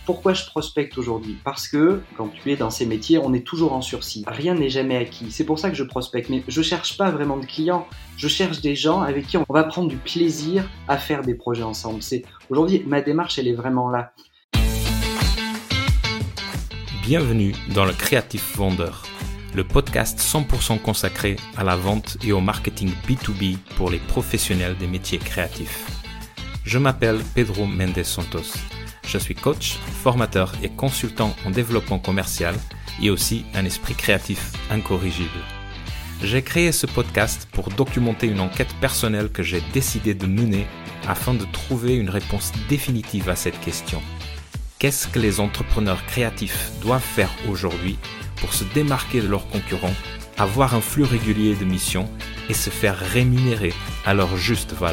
Pourquoi je prospecte aujourd'hui ? Parce que quand tu es dans ces métiers, on est toujours en sursis. Rien n'est jamais acquis. C'est pour ça que je prospecte. Mais je cherche pas vraiment de clients. Je cherche des gens avec qui on va prendre du plaisir à faire des projets ensemble. Aujourd'hui, ma démarche, elle est vraiment là. Bienvenue dans le Creative Vendeur, le podcast 100% consacré à la vente et au marketing B2B pour les professionnels des métiers créatifs. Je m'appelle Pedro Mendes Santos. Je suis coach, formateur et consultant en développement commercial et aussi un esprit créatif incorrigible. J'ai créé ce podcast pour documenter une enquête personnelle que j'ai décidé de mener afin de trouver une réponse définitive à cette question. Qu'est-ce que les entrepreneurs créatifs doivent faire aujourd'hui pour se démarquer de leurs concurrents, avoir un flux régulier de missions et se faire rémunérer à leur juste valeur ?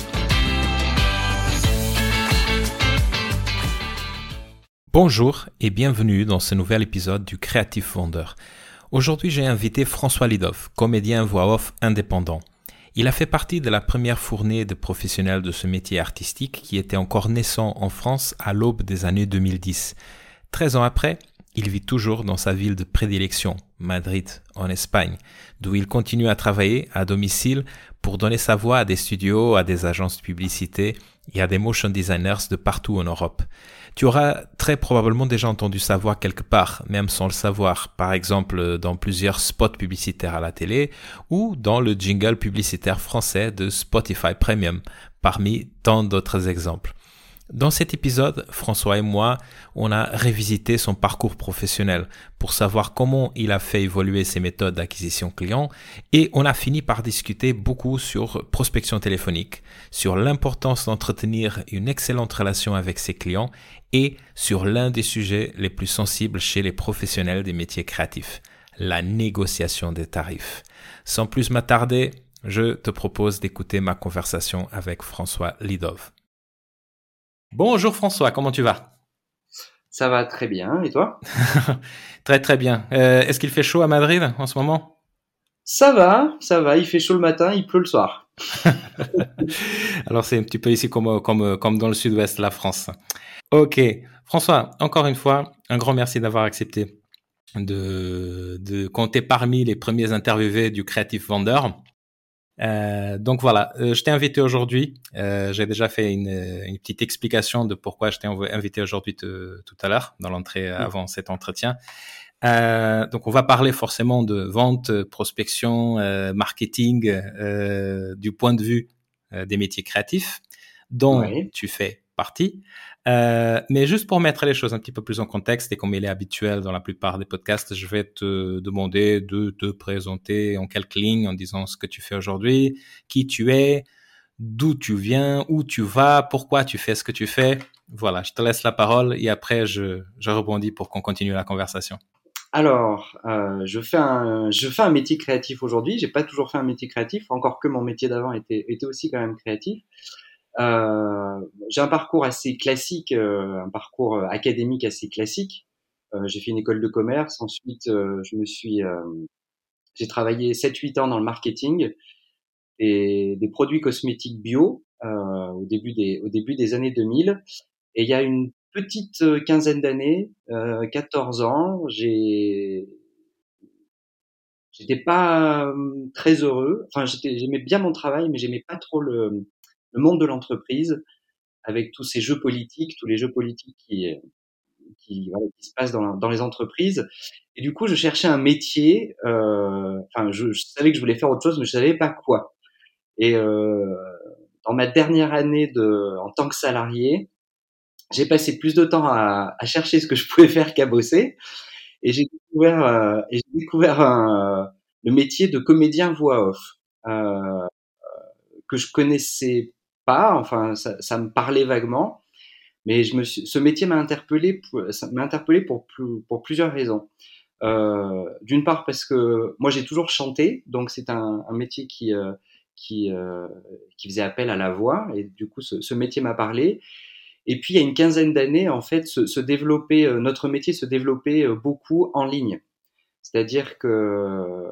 Bonjour et bienvenue dans ce nouvel épisode du Creative Vendeur. Aujourd'hui, j'ai invité François Lidov, comédien voix off indépendant. Il a fait partie de la première fournée de professionnels de ce métier artistique qui était encore naissant en France à l'aube des années 2010. 13 ans après, il vit toujours dans sa ville de prédilection, Madrid, en Espagne, d'où il continue à travailler à domicile pour donner sa voix à des studios, à des agences de publicité et à des motion designers de partout en Europe. Tu auras très probablement déjà entendu sa voix quelque part, même sans le savoir, par exemple dans plusieurs spots publicitaires à la télé ou dans le jingle publicitaire français de Spotify Premium, parmi tant d'autres exemples. Dans cet épisode, François et moi, on a revisité son parcours professionnel pour savoir comment il a fait évoluer ses méthodes d'acquisition client et on a fini par discuter beaucoup sur prospection téléphonique, sur l'importance d'entretenir une excellente relation avec ses clients et sur l'un des sujets les plus sensibles chez les professionnels des métiers créatifs, la négociation des tarifs. Sans plus m'attarder, je te propose d'écouter ma conversation avec François Lidov. Bonjour François, comment tu vas ? Ça va très bien, et toi ? Très très bien. Est-ce qu'il fait chaud à Madrid en ce moment ? Ça va, il fait chaud le matin, il pleut le soir. Alors c'est un petit peu ici comme dans le sud-ouest de la France. Ok, François, encore une fois, un grand merci d'avoir accepté de compter parmi les premiers interviewés du Creative Vendeur. Donc voilà, je t'ai invité aujourd'hui. J'ai déjà fait une petite explication de pourquoi je t'ai invité aujourd'hui tout à l'heure dans l'entrée avant cet entretien. Donc on va parler forcément de vente, prospection, marketing du point de vue des métiers créatifs dont tu fais partie. Mais juste pour mettre les choses un petit peu plus en contexte et comme il est habituel dans la plupart des podcasts, je vais te demander de te présenter en quelques lignes en disant ce que tu fais aujourd'hui, qui tu es, d'où tu viens, où tu vas, pourquoi tu fais ce que tu fais. Voilà, je te laisse la parole et après je rebondis pour qu'on continue la conversation. Alors, je fais un métier créatif aujourd'hui. J'ai pas toujours fait un métier créatif, encore que mon métier d'avant était aussi quand même créatif. J'ai un parcours assez classique, un parcours académique assez classique. J'ai fait une école de commerce. Ensuite, j'ai travaillé 7-8 ans dans le marketing et des produits cosmétiques bio au début des années 2000. Et il y a une petite quinzaine d'années, 14 ans, j'étais pas très heureux. Enfin, j'aimais bien mon travail, mais j'aimais pas trop le monde de l'entreprise avec tous ces jeux politiques, tous les jeux politiques qui se passent dans les entreprises. Et du coup, je cherchais un métier. Enfin, je savais que je voulais faire autre chose, mais je savais pas quoi. Et dans ma dernière année en tant que salarié, j'ai passé plus de temps à chercher ce que je pouvais faire qu'à bosser. Et j'ai découvert le métier de comédien voix off, que je connaissais pas. Enfin, ça me parlait vaguement, mais ce métier m'a interpellé pour plusieurs raisons. D'une part parce que moi j'ai toujours chanté, donc c'est un métier qui faisait appel à la voix, et du coup ce métier m'a parlé. Et puis il y a une quinzaine d'années, en fait, notre métier se développait beaucoup en ligne. C'est-à-dire que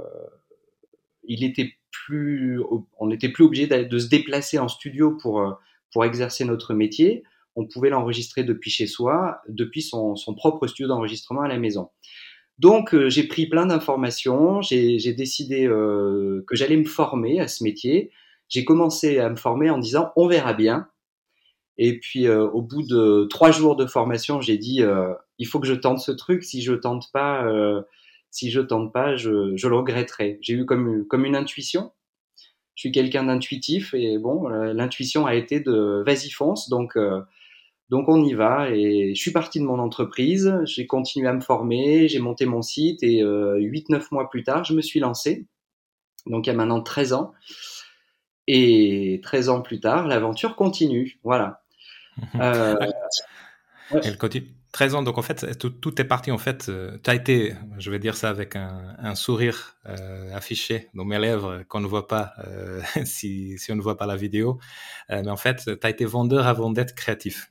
on n'était plus obligé de se déplacer en studio pour exercer notre métier. on pouvait l'enregistrer depuis chez soi, depuis son propre studio d'enregistrement à la maison. Donc, j'ai pris plein d'informations, j'ai décidé que j'allais me former à ce métier. J'ai commencé à me former en disant on verra bien. Et puis, au bout de 3 jours de formation, j'ai dit il faut que je tente ce truc. Si je tente pas, je le regretterai. J'ai eu comme une intuition. Je suis quelqu'un d'intuitif et bon, l'intuition a été de vas-y fonce. Donc on y va et je suis parti de mon entreprise, j'ai continué à me former, j'ai monté mon site et 8-9 mois plus tard, je me suis lancé. Donc il y a maintenant 13 ans. Et 13 ans plus tard, l'aventure continue. Voilà. Euh, ouais. Elle continue. 13 ans, donc en fait, tout est parti. En fait, tu as été, je vais dire ça avec un sourire affiché dans mes lèvres qu'on ne voit pas si on ne voit pas la vidéo. Mais en fait, tu as été vendeur avant d'être créatif.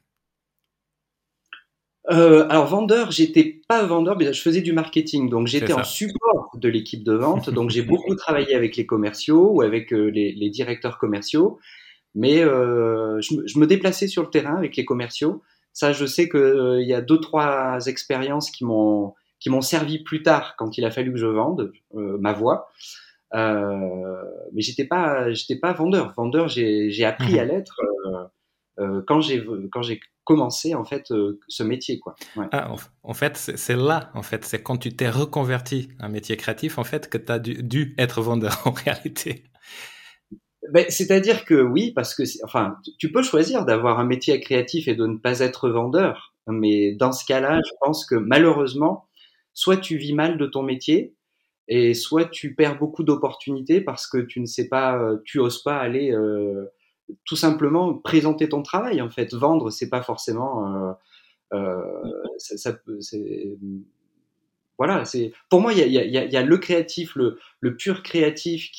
Alors vendeur, j'étais pas vendeur, mais je faisais du marketing, donc C'est j'étais en ça. support de l'équipe de vente. Donc j'ai beaucoup travaillé avec les commerciaux ou avec les directeurs commerciaux. Mais je me déplaçais sur le terrain avec les commerciaux. Ça, je sais que il y a 2, 3 expériences qui m'ont servi plus tard quand il a fallu que je vende ma voix. Mais j'étais pas vendeur. Vendeur, j'ai appris à Mhm. l'être quand j'ai commencé en fait ce métier quoi. Ouais. Ah, en fait, c'est là, en fait, c'est quand tu t'es reconverti à un métier créatif, en fait, que tu as dû être vendeur en réalité. Ben, c'est-à-dire que oui, parce que enfin, tu peux choisir d'avoir un métier créatif et de ne pas être vendeur, mais dans ce cas-là, je pense que malheureusement, soit tu vis mal de ton métier, et soit tu perds beaucoup d'opportunités parce que tu ne sais pas, tu oses pas aller tout simplement présenter ton travail. En fait, vendre, c'est pas forcément, voilà, c'est pour moi il y a le créatif, le pur créatif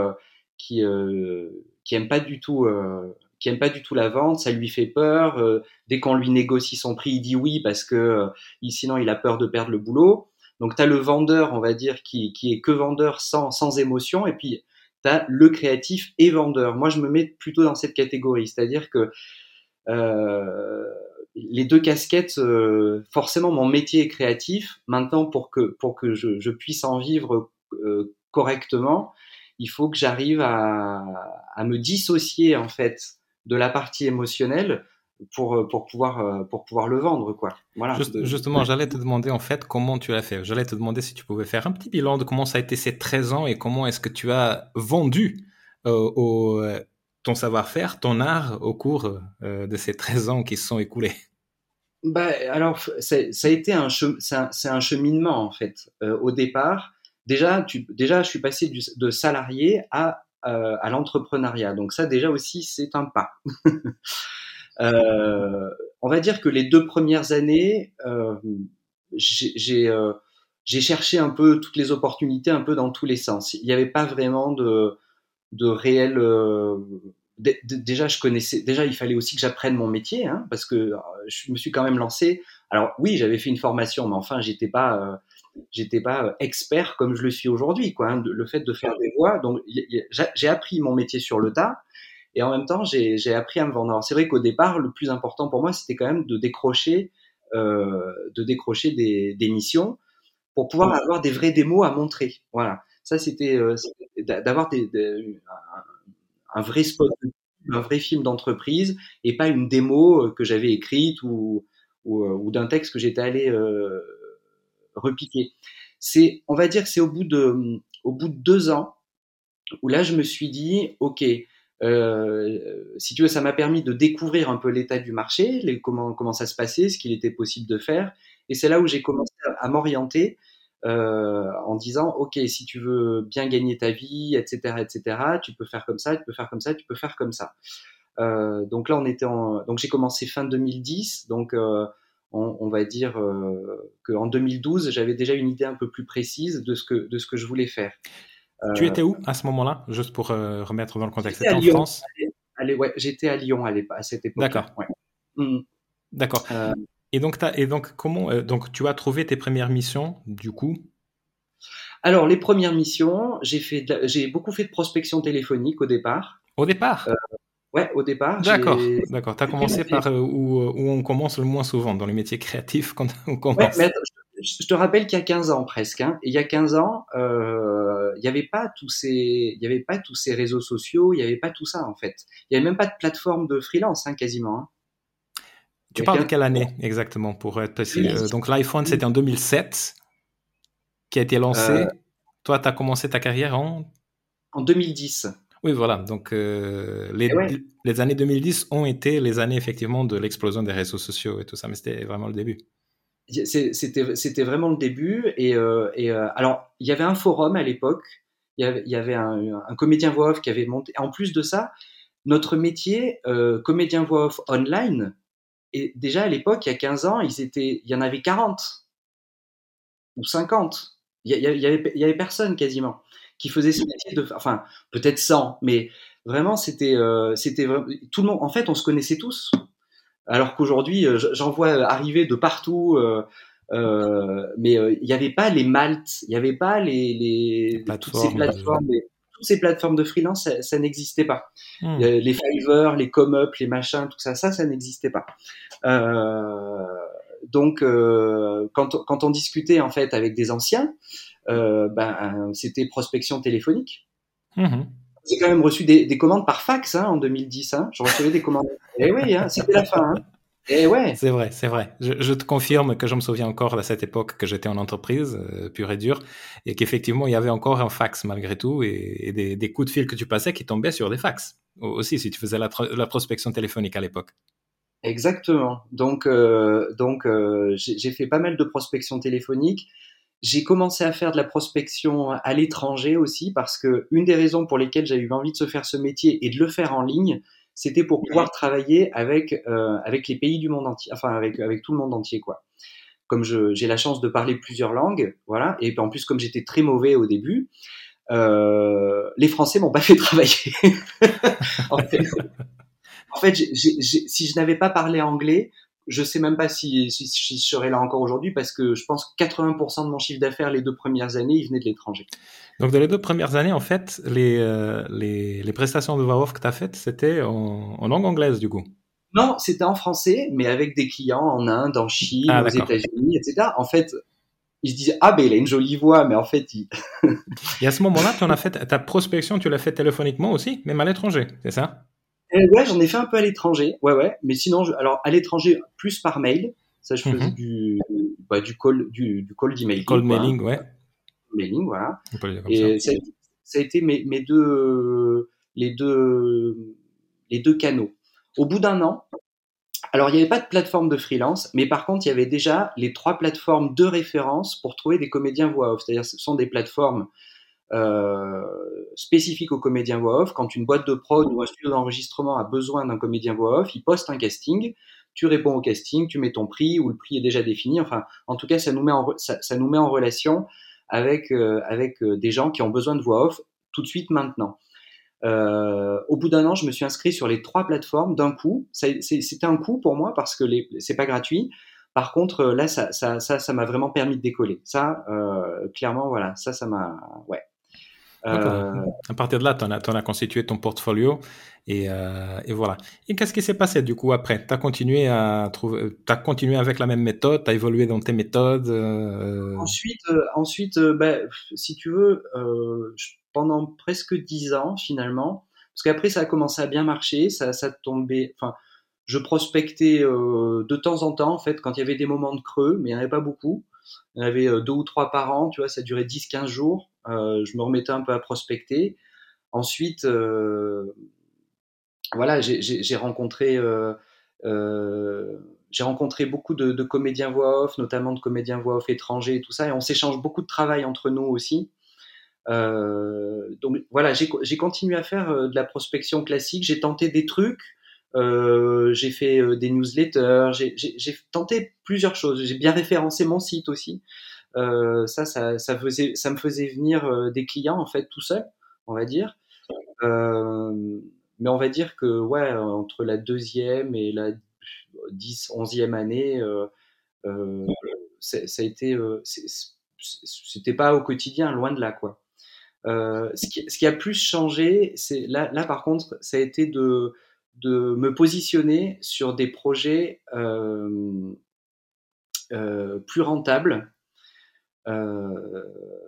qui aime pas du tout la vente, ça lui fait peur. Dès qu'on lui négocie son prix, il dit oui parce que sinon il a peur de perdre le boulot. Donc tu as le vendeur, on va dire, qui est que vendeur sans émotion, et puis tu as le créatif et vendeur. Moi je me mets plutôt dans cette catégorie, c'est-à-dire que euh, les deux casquettes, forcément, mon métier est créatif. Maintenant, pour que je puisse en vivre correctement, il faut que j'arrive à me dissocier en fait de la partie émotionnelle pour pouvoir le vendre, quoi. Voilà. Justement, j'allais te demander, en fait, comment tu as fait. J'allais te demander si tu pouvais faire un petit bilan de comment ça a été ces 13 ans et comment est-ce que tu as vendu ton savoir-faire, ton art au cours de ces 13 ans qui se sont écoulés. Bah, alors, ça a été c'est un cheminement en fait. Au départ, déjà, je suis passé de salarié à l'entrepreneuriat. Donc ça, déjà aussi, c'est un pas. On va dire que les 2 premières années, j'ai cherché un peu toutes les opportunités, un peu dans tous les sens. Il n'y avait pas vraiment de réel. Déjà, il fallait aussi que j'apprenne mon métier, hein, parce que je me suis quand même lancé. Alors oui, j'avais fait une formation, mais enfin, j'étais pas expert comme je le suis aujourd'hui, quoi. Hein, le fait de faire des voix, donc j'ai appris mon métier sur le tas. Et en même temps, j'ai appris à me vendre. Alors, c'est vrai qu'au départ, le plus important pour moi, c'était quand même de décrocher des missions pour pouvoir avoir des vrais démos à montrer. Voilà. Ça, c'était d'avoir un vrai spot, un vrai film d'entreprise et pas une démo que j'avais écrite ou d'un texte que j'étais allé repiquer. On va dire que c'est au bout de 2 ans où là, je me suis dit, OK, si tu veux, ça m'a permis de découvrir un peu l'état du marché, comment ça se passait, ce qu'il était possible de faire. Et c'est là où j'ai commencé à m'orienter en disant, OK, si tu veux bien gagner ta vie, etc., tu peux faire comme ça, tu peux faire comme ça, tu peux faire comme ça. Donc là, donc j'ai commencé fin 2010, donc on va dire qu'en 2012, j'avais déjà une idée un peu plus précise de ce que je voulais faire. Tu Euh, étais où à ce moment-là? Juste pour remettre dans le contexte. J'étais à C'était en Lyon. France? Allez, ouais, j'étais à Lyon à cette D'accord, époque-là. Ouais. Mhm. d'accord. Euh, Et donc, comment, donc, tu as trouvé tes premières missions, du coup? alors, les premières missions, j'ai beaucoup fait de prospection téléphonique au départ. Au départ? Ouais, au départ, D'accord, j'ai d'accord. Tu as c'était mon commencé par où on commence le moins souvent, dans les métiers créatifs, quand on ouais, mais commence. attends, je te rappelle qu'il y a 15 ans presque, hein. Et il y a 15 ans, il n'y avait pas il y avait pas tous ces réseaux sociaux, il n'y avait pas tout ça en fait. Il n'y avait même pas de plateforme de freelance, hein, quasiment. Hein. Tu Il y a parles de 15 quelle année exactement, pour être précis? 2010, Donc l'iPhone, c'était en 2007 qui a été euh, lancé. Toi, tu as commencé ta carrière en... en 2010. Oui, voilà. Donc Et ouais, les années 2010 ont été les années effectivement de l'explosion des réseaux sociaux et tout ça, mais c'était vraiment le début. c'était vraiment le début. Alors, il y avait un forum à l'époque. Il y avait un comédien voix off qui avait monté. En plus de ça, notre métier, comédien voix off online, et déjà à l'époque, il y a 15 ans, il y en avait 40 ou 50. Il y avait personne quasiment qui faisait ce métier enfin, peut-être 100, mais vraiment, tout le monde, en fait, on se connaissait tous. Alors qu'aujourd'hui, j'en vois arriver de partout, mais il n'y avait pas les Malte, il n'y avait pas Les toutes ces plateformes de... plateformes, toutes ces plateformes de freelance, ça n'existait pas. Hmm. Les Fiverr, les ComeUp, les machins, tout ça, ça n'existait pas. Euh, donc, quand on discutait en fait avec des anciens, c'était prospection téléphonique. Mhm. J'ai quand même reçu des commandes par fax en 2010. Hein. Je recevais des commandes. Eh oui, hein, c'était la fin. Hein. Eh ouais, C'est vrai, c'est vrai. Je te confirme que je me souviens encore de cette époque que j'étais en entreprise, pure et dure, et qu'effectivement, il y avait encore un fax malgré tout, et des coups de fil que tu passais qui tombaient sur des fax. Aussi, si tu faisais la prospection téléphonique à l'époque. exactement. J'ai fait pas mal de prospection téléphonique. J'ai commencé à faire de la prospection à l'étranger aussi parce que une des raisons pour lesquelles j'ai eu envie de se faire ce métier et de le faire en ligne, c'était pour pouvoir travailler avec les pays du monde entier, enfin avec tout le monde entier quoi. Comme j'ai la chance de parler plusieurs langues, voilà, et en plus comme j'étais très mauvais au début, les Français m'ont pas fait travailler. En fait, si je n'avais pas parlé anglais, je sais même pas si je serais là encore aujourd'hui parce que je pense que 80% de mon chiffre d'affaires les 2 premières années, il venait de l'étranger. Donc, dans les 2 premières années, en fait, les prestations de voix off que tu as faites, c'était en langue anglaise, du coup. Non, c'était en français, mais avec des clients en Inde, en Chine, Ah, aux d'accord. États-Unis, etc. En fait, ils se disaient, ah ben il a une jolie voix, mais en fait, Et à ce moment-là, tu en as fait ta prospection, tu l'as fait téléphoniquement aussi, même à l'étranger, c'est ça? Ouais, j'en ai fait un peu à l'étranger, ouais, ouais. Mais sinon, alors à l'étranger, plus par mail. Ça, je faisais Mhm. du call Cold d'emailing, quoi, hein. mailing, ouais. Mailing, voilà. On peut le dire comme ça. Et ça a été les deux, les deux canaux. Au bout d'un an, alors il n'y avait pas de plateforme de freelance, mais par contre, il y avait déjà les 3 plateformes de référence pour trouver des comédiens voix off. C'est-à-dire, ce sont des plateformes spécifiques aux comédiens voix off. Quand une boîte de prod ou un studio d'enregistrement a besoin d'un comédien voix off, il poste un casting. Tu réponds au casting, tu mets ton prix ou le prix est déjà défini. Enfin, en tout cas, ça nous met en relation avec des gens qui ont besoin de voix off tout de suite maintenant. Au bout d'un an, je me suis inscrit sur les 3 plateformes d'un coup. C'était un coup pour moi parce que c'est pas gratuit. Par contre, là, ça m'a vraiment permis de décoller. Ça, clairement, voilà, ça m'a, ouais. D'accord. Euh, À partir de là, t'en as constitué ton portfolio et voilà. Et qu'est-ce qui s'est passé du coup après? T'as continué avec la même méthode, t'as évolué dans tes méthodes. si tu veux, pendant presque 10 ans finalement, parce qu'après ça a commencé à bien marcher, ça tombait, enfin, je prospectais de temps en temps en fait quand il y avait des moments de creux, mais il n'y en avait pas beaucoup. Il y en avait 2 ou 3 par an, tu vois, ça durait 10, 15 jours. Je me remettais un peu à prospecter. Ensuite, voilà, euh, j'ai rencontré beaucoup de comédiens voix off, notamment de comédiens voix off étrangers et tout ça, et on s'échange beaucoup de travail entre nous aussi. Donc voilà, j'ai continué à faire de la prospection classique, j'ai tenté des trucs, j'ai fait des newsletters, j'ai tenté plusieurs choses, j'ai bien référencé mon site aussi. Ça me faisait venir des clients en fait tout seul, on va dire. Euh, mais on va dire que ouais, entre la deuxième et la 10, 11e année, euh, ça a été, c'était pas au quotidien, loin de là quoi. Ce qui a plus changé, c'est là par contre, ça a été de me positionner sur des projets plus rentables. Euh,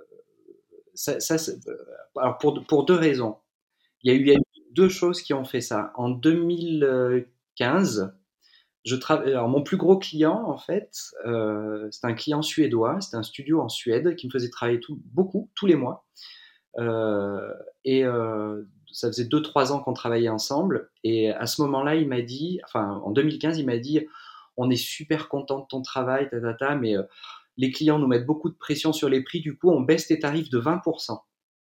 alors pour deux raisons. Il y a eu deux choses qui ont fait ça. En 2015, alors mon plus gros client, en fait, c'était un client suédois, c'était un studio en Suède qui me faisait travailler beaucoup, tous les mois. Euh, et ça faisait 2-3 ans qu'on travaillait ensemble. Et à ce moment-là, il m'a dit, enfin en 2015, il m'a dit, on est super content de ton travail, mais les clients nous mettent beaucoup de pression sur les prix, du coup, on baisse tes tarifs de 20%.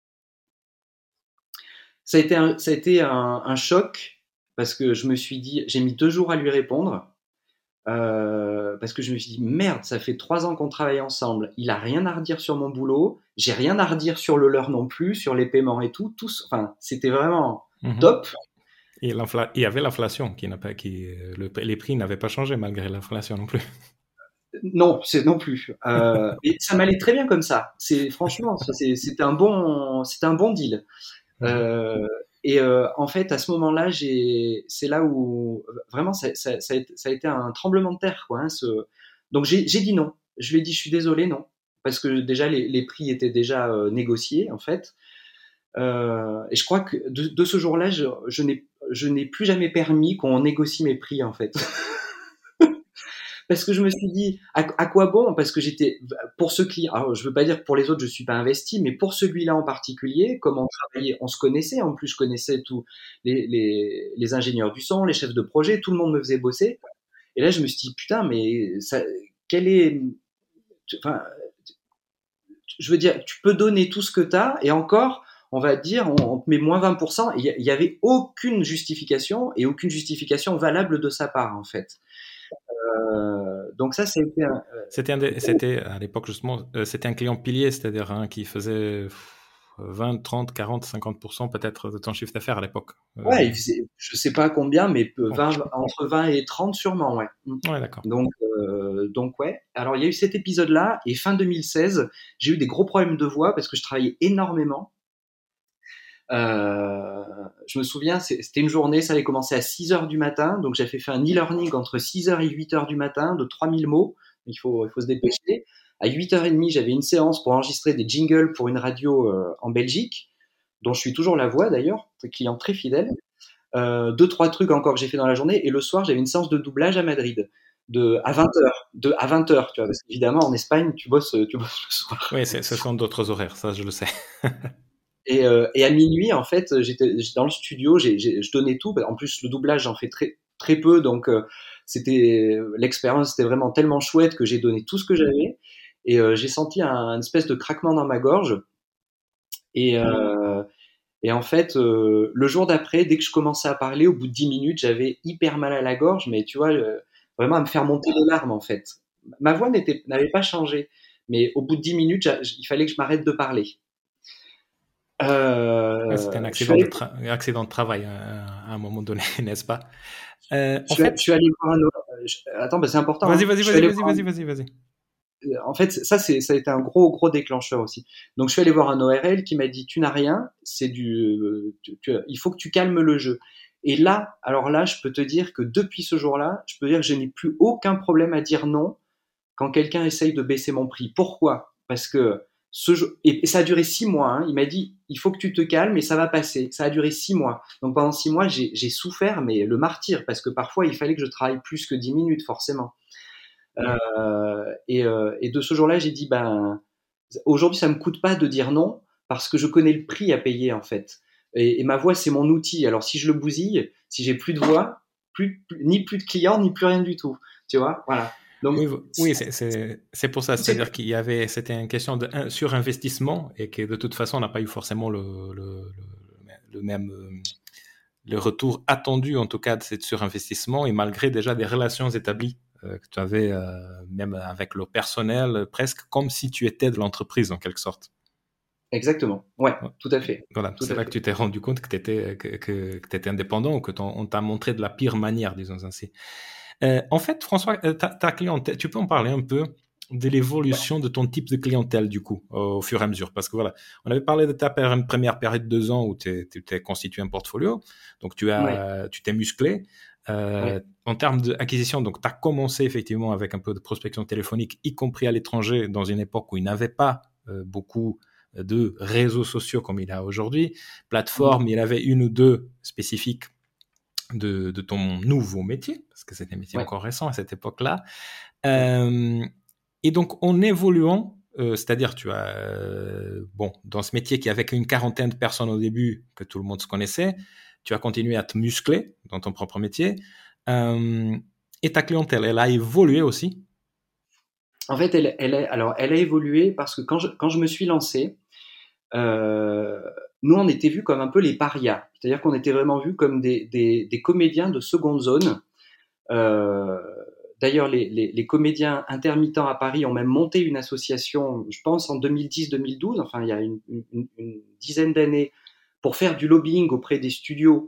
Ça a été un choc parce que je me suis dit, j'ai mis 2 jours à lui répondre. Parce que je me suis dit merde, ça fait 3 ans qu'on travaille ensemble, il a rien à redire sur mon boulot, j'ai rien à redire sur le leur non plus, sur les paiements et tout, enfin c'était vraiment top. Et il y avait l'inflation les prix n'avaient pas changé malgré l'inflation non plus. Non, c'est non plus. Et ça m'allait très bien comme ça. Franchement, c'était un bon deal. Et en fait, à ce moment-là, c'est là où vraiment ça a été un tremblement de terre, quoi. Donc j'ai dit non. Je lui ai dit, je suis désolé, non, parce que déjà les prix étaient déjà négociés, en fait. Et je crois que de ce jour-là, je n'ai plus jamais permis qu'on négocie mes prix, en fait. Parce que je me suis dit, à quoi bon? Parce que pour ce client, alors je veux pas dire que pour les autres je suis pas investi, mais pour celui-là en particulier, comme on travaillait, on se connaissait, en plus je connaissais tous les ingénieurs du son, les chefs de projet, tout le monde me faisait bosser. Et là je me suis dit, putain, mais ça, enfin, je veux dire, tu peux donner tout ce que tu as, et encore, on va dire, on te met moins 20%, il y avait aucune justification, et aucune justification valable de sa part, en fait. Donc ça, c'était C'était à l'époque justement, c'était un client pilier, c'est-à-dire qui faisait 20, 30, 40, 50% peut-être de ton chiffre d'affaires à l'époque. Ouais, je sais pas combien, mais Bon. entre 20 et 30 sûrement, ouais. Ouais, d'accord. Donc ouais. Alors il y a eu cet épisode-là, et fin 2016, j'ai eu des gros problèmes de voix parce que je travaillais énormément. Je me souviens, c'était une journée, ça avait commencé à 6h du matin, donc j'avais fait un e-learning entre 6h et 8h du matin de 3000 mots, il faut se dépêcher. À 8h30, j'avais une séance pour enregistrer des jingles pour une radio en Belgique, dont je suis toujours la voix d'ailleurs, client très fidèle. 2-3 trucs encore que j'ai fait dans la journée, et le soir, j'avais une séance de doublage à Madrid, à 20h, à 20h, tu vois, parce qu'évidemment, en Espagne, tu bosses le soir. Oui, ce sont d'autres horaires, ça je le sais. Et à minuit, en fait, j'étais dans le studio, je donnais tout. En plus, le doublage, j'en fais très, très peu, donc l'expérience était vraiment tellement chouette que j'ai donné tout ce que j'avais. Et j'ai senti une espèce de craquement dans ma gorge. Et, en fait, le jour d'après, dès que je commençais à parler, au bout de 10 minutes, j'avais hyper mal à la gorge, mais tu vois, vraiment à me faire monter les larmes, en fait. Ma voix n'avait pas changé, mais au bout de 10 minutes, il fallait que je m'arrête de parler. C'était un accident de travail à un moment donné, n'est-ce pas? Je suis allé voir Attends, c'est important. Vas-y, hein. vas-y, Je suis vas-y, allé vas-y, voir vas-y, vas-y, vas-y. En fait, ça a été un gros déclencheur aussi. Donc, je suis allé voir un ORL qui m'a dit, tu n'as rien, il faut que tu calmes le jeu. Et là, alors là, je peux te dire que depuis ce jour-là, je peux dire que je n'ai plus aucun problème à dire non quand quelqu'un essaye de baisser mon prix. Pourquoi? Parce que et ça a duré 6 mois. Hein. Il m'a dit, il faut que tu te calmes et ça va passer. Ça a duré 6 mois. Donc pendant 6 mois, j'ai souffert, mais le martyr, parce que parfois, il fallait que je travaille plus que 10 minutes, forcément. Et de ce jour-là, j'ai dit, ben, aujourd'hui, ça me coûte pas de dire non, parce que je connais le prix à payer, en fait. Et ma voix, c'est mon outil. Alors si je le bousille, si j'ai plus de voix, ni plus de clients, ni plus rien du tout. Tu vois, voilà. Donc, oui, c'est pour ça. C'est-à-dire c'était une question de surinvestissement et que de toute façon, on n'a pas eu forcément le même le retour attendu, en tout cas, de cet surinvestissement, et malgré déjà des relations établies que tu avais, même avec le personnel, presque comme si tu étais de l'entreprise, en quelque sorte. Exactement. Ouais, tout à fait. Voilà, c'est là que tu t'es rendu compte que tu étais indépendant, ou on t'a montré de la pire manière, disons ainsi. En fait, François, ta clientèle, tu peux en parler un peu. de l'évolution de ton type de clientèle, du coup, au fur et à mesure. Parce que voilà, on avait parlé de ta première période de 2 ans où tu t'es constitué un portfolio, donc Ouais, tu t'es musclé. ouais, En termes d'acquisition, donc tu as commencé effectivement avec un peu de prospection téléphonique, y compris à l'étranger, dans une époque où il n'avait pas beaucoup de réseaux sociaux comme il a aujourd'hui. mhm, Plateforme, il avait une ou deux spécifiques de ton nouveau métier, parce que c'était un métier ouais. encore récent à cette époque-là. Ouais. Euh, et donc, en évoluant, c'est-à-dire, bon, dans ce métier qui avait une quarantaine de personnes au début, que tout le monde se connaissait, tu as continué à te muscler dans ton propre métier. Euh, et ta clientèle, elle a évolué aussi. En fait, elle a évolué parce que quand je me suis lancé, euh, nous, on était vus comme un peu les parias. C'est-à-dire qu'on était vraiment vus comme des comédiens de seconde zone. Euh, D'ailleurs, les comédiens intermittents à Paris ont même monté une association, je pense, en 2010-2012, enfin, il y a une dizaine d'années, pour faire du lobbying auprès des studios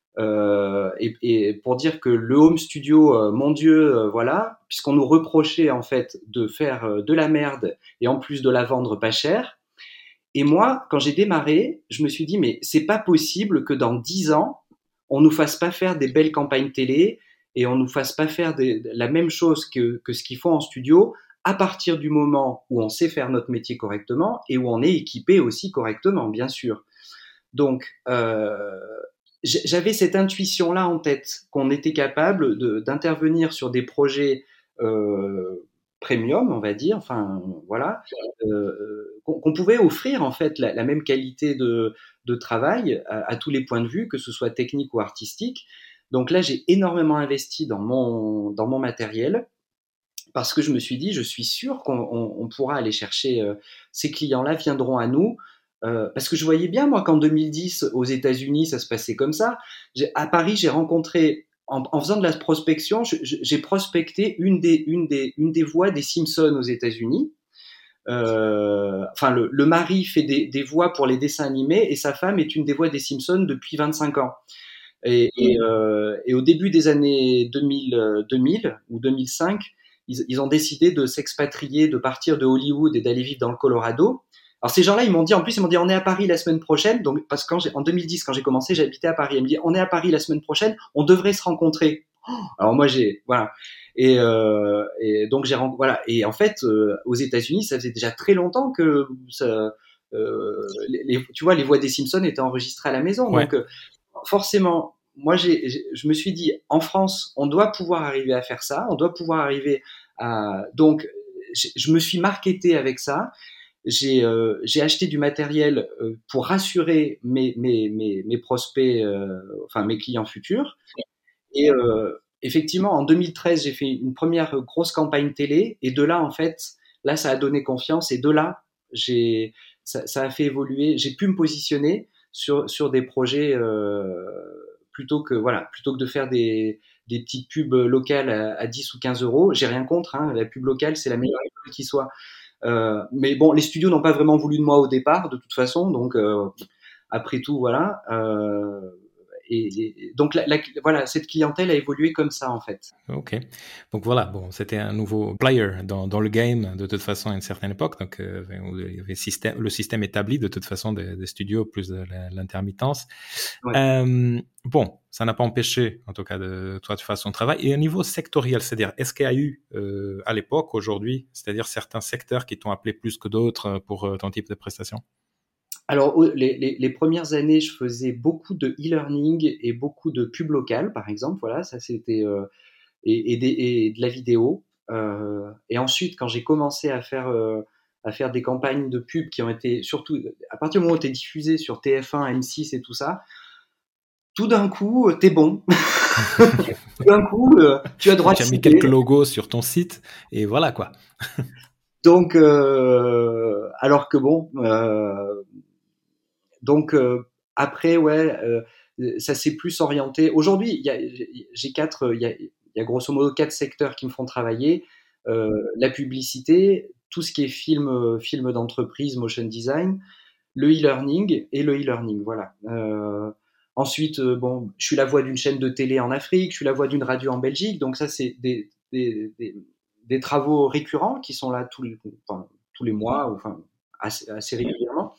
et pour dire que le home studio, mon Dieu, voilà, puisqu'on nous reprochait en fait de faire de la merde et en plus de la vendre pas cher. Et moi, quand j'ai démarré, je me suis dit, mais c'est pas possible que dans 10 ans, on nous fasse pas faire des belles campagnes télé et on nous fasse pas faire la même chose que ce qu'ils font en studio à partir du moment où on sait faire notre métier correctement et où on est équipé aussi correctement, bien sûr. Donc, j'avais cette intuition-là en tête, qu'on était capable d'intervenir sur des projets premium, on va dire, enfin voilà, qu'on pouvait offrir en fait la même qualité de travail à tous les points de vue, que ce soit technique ou artistique. Donc là, j'ai énormément investi dans mon matériel parce que je me suis dit, je suis sûr qu'on pourra aller chercher ces clients-là viendront à nous. Parce que je voyais bien, moi, qu'en 2010, aux États-Unis, ça se passait comme ça. À Paris, j'ai rencontré, en faisant de la prospection, j'ai prospecté une des voix des Simpsons aux États-Unis. Enfin, le mari fait des voix pour les dessins animés et sa femme est une des voix des Simpsons depuis 25 ans. Et au début des années 2000 ou 2005, ils ont décidé de s'expatrier, de partir de Hollywood et d'aller vivre dans le Colorado. Alors ces gens-là, ils m'ont dit, on est à Paris la semaine prochaine. Donc parce que en 2010, quand j'ai commencé, j'habitais à Paris. Ils me dit, on est à Paris la semaine prochaine, on devrait se rencontrer. Alors moi voilà. Et donc voilà. Et en fait, aux États-Unis, ça faisait déjà très longtemps que tu vois, les voix des Simpsons étaient enregistrées à la maison. Ouais. Donc forcément, moi, je me suis dit, en France, on doit pouvoir arriver à faire ça, on doit pouvoir arriver à. Donc, je me suis marketé avec ça. J'ai acheté du matériel pour rassurer mes prospects, enfin mes clients futurs. Et effectivement, en 2013, j'ai fait une première grosse campagne télé. Et de là, en fait, là, ça a donné confiance. Et de là, ça a fait évoluer. J'ai pu me positionner sur des projets plutôt que de faire des petites pubs locales à 10 ou 15 euros. J'ai rien contre. Hein, la pub locale, c'est la meilleure école qui soit. Mais bon, les studios n'ont pas vraiment voulu de moi au départ, de toute façon. Donc, après tout, voilà. Et donc, voilà, cette clientèle a évolué comme ça, en fait. Ok. Donc voilà, bon, c'était un nouveau player dans le game de toute façon à une certaine époque. Donc il y avait le système établi de toute façon des studios plus de l'intermittence. Ouais. Bon, ça n'a pas empêché en tout cas de toi de faire son travail. Et au niveau sectoriel, c'est-à-dire est-ce qu'il y a eu à l'époque, aujourd'hui, c'est-à-dire certains secteurs qui t'ont appelé plus que d'autres pour ton type de prestation? Alors, les premières années, je faisais beaucoup de e-learning et beaucoup de pub locale, par exemple. Voilà, ça c'était et de la vidéo. Et ensuite, quand j'ai commencé à faire des campagnes de pub qui ont été surtout à partir du moment où tu es diffusé sur TF1, M6 et tout ça, tout d'un coup, t'es bon. Tout d'un coup, tu as droit de Tu as mis quelques citer. logos sur ton site et voilà quoi. Donc, alors que bon, donc après, ouais, ça s'est plus orienté. Aujourd'hui, il y a grosso modo quatre secteurs qui me font travailler. La publicité, tout ce qui est film d'entreprise, motion design, le e-learning et le e-learning, voilà. Ensuite, bon, je suis la voix d'une chaîne de télé en Afrique, je suis la voix d'une radio en Belgique, donc ça, c'est des travaux récurrents qui sont là tous les mois, enfin assez régulièrement.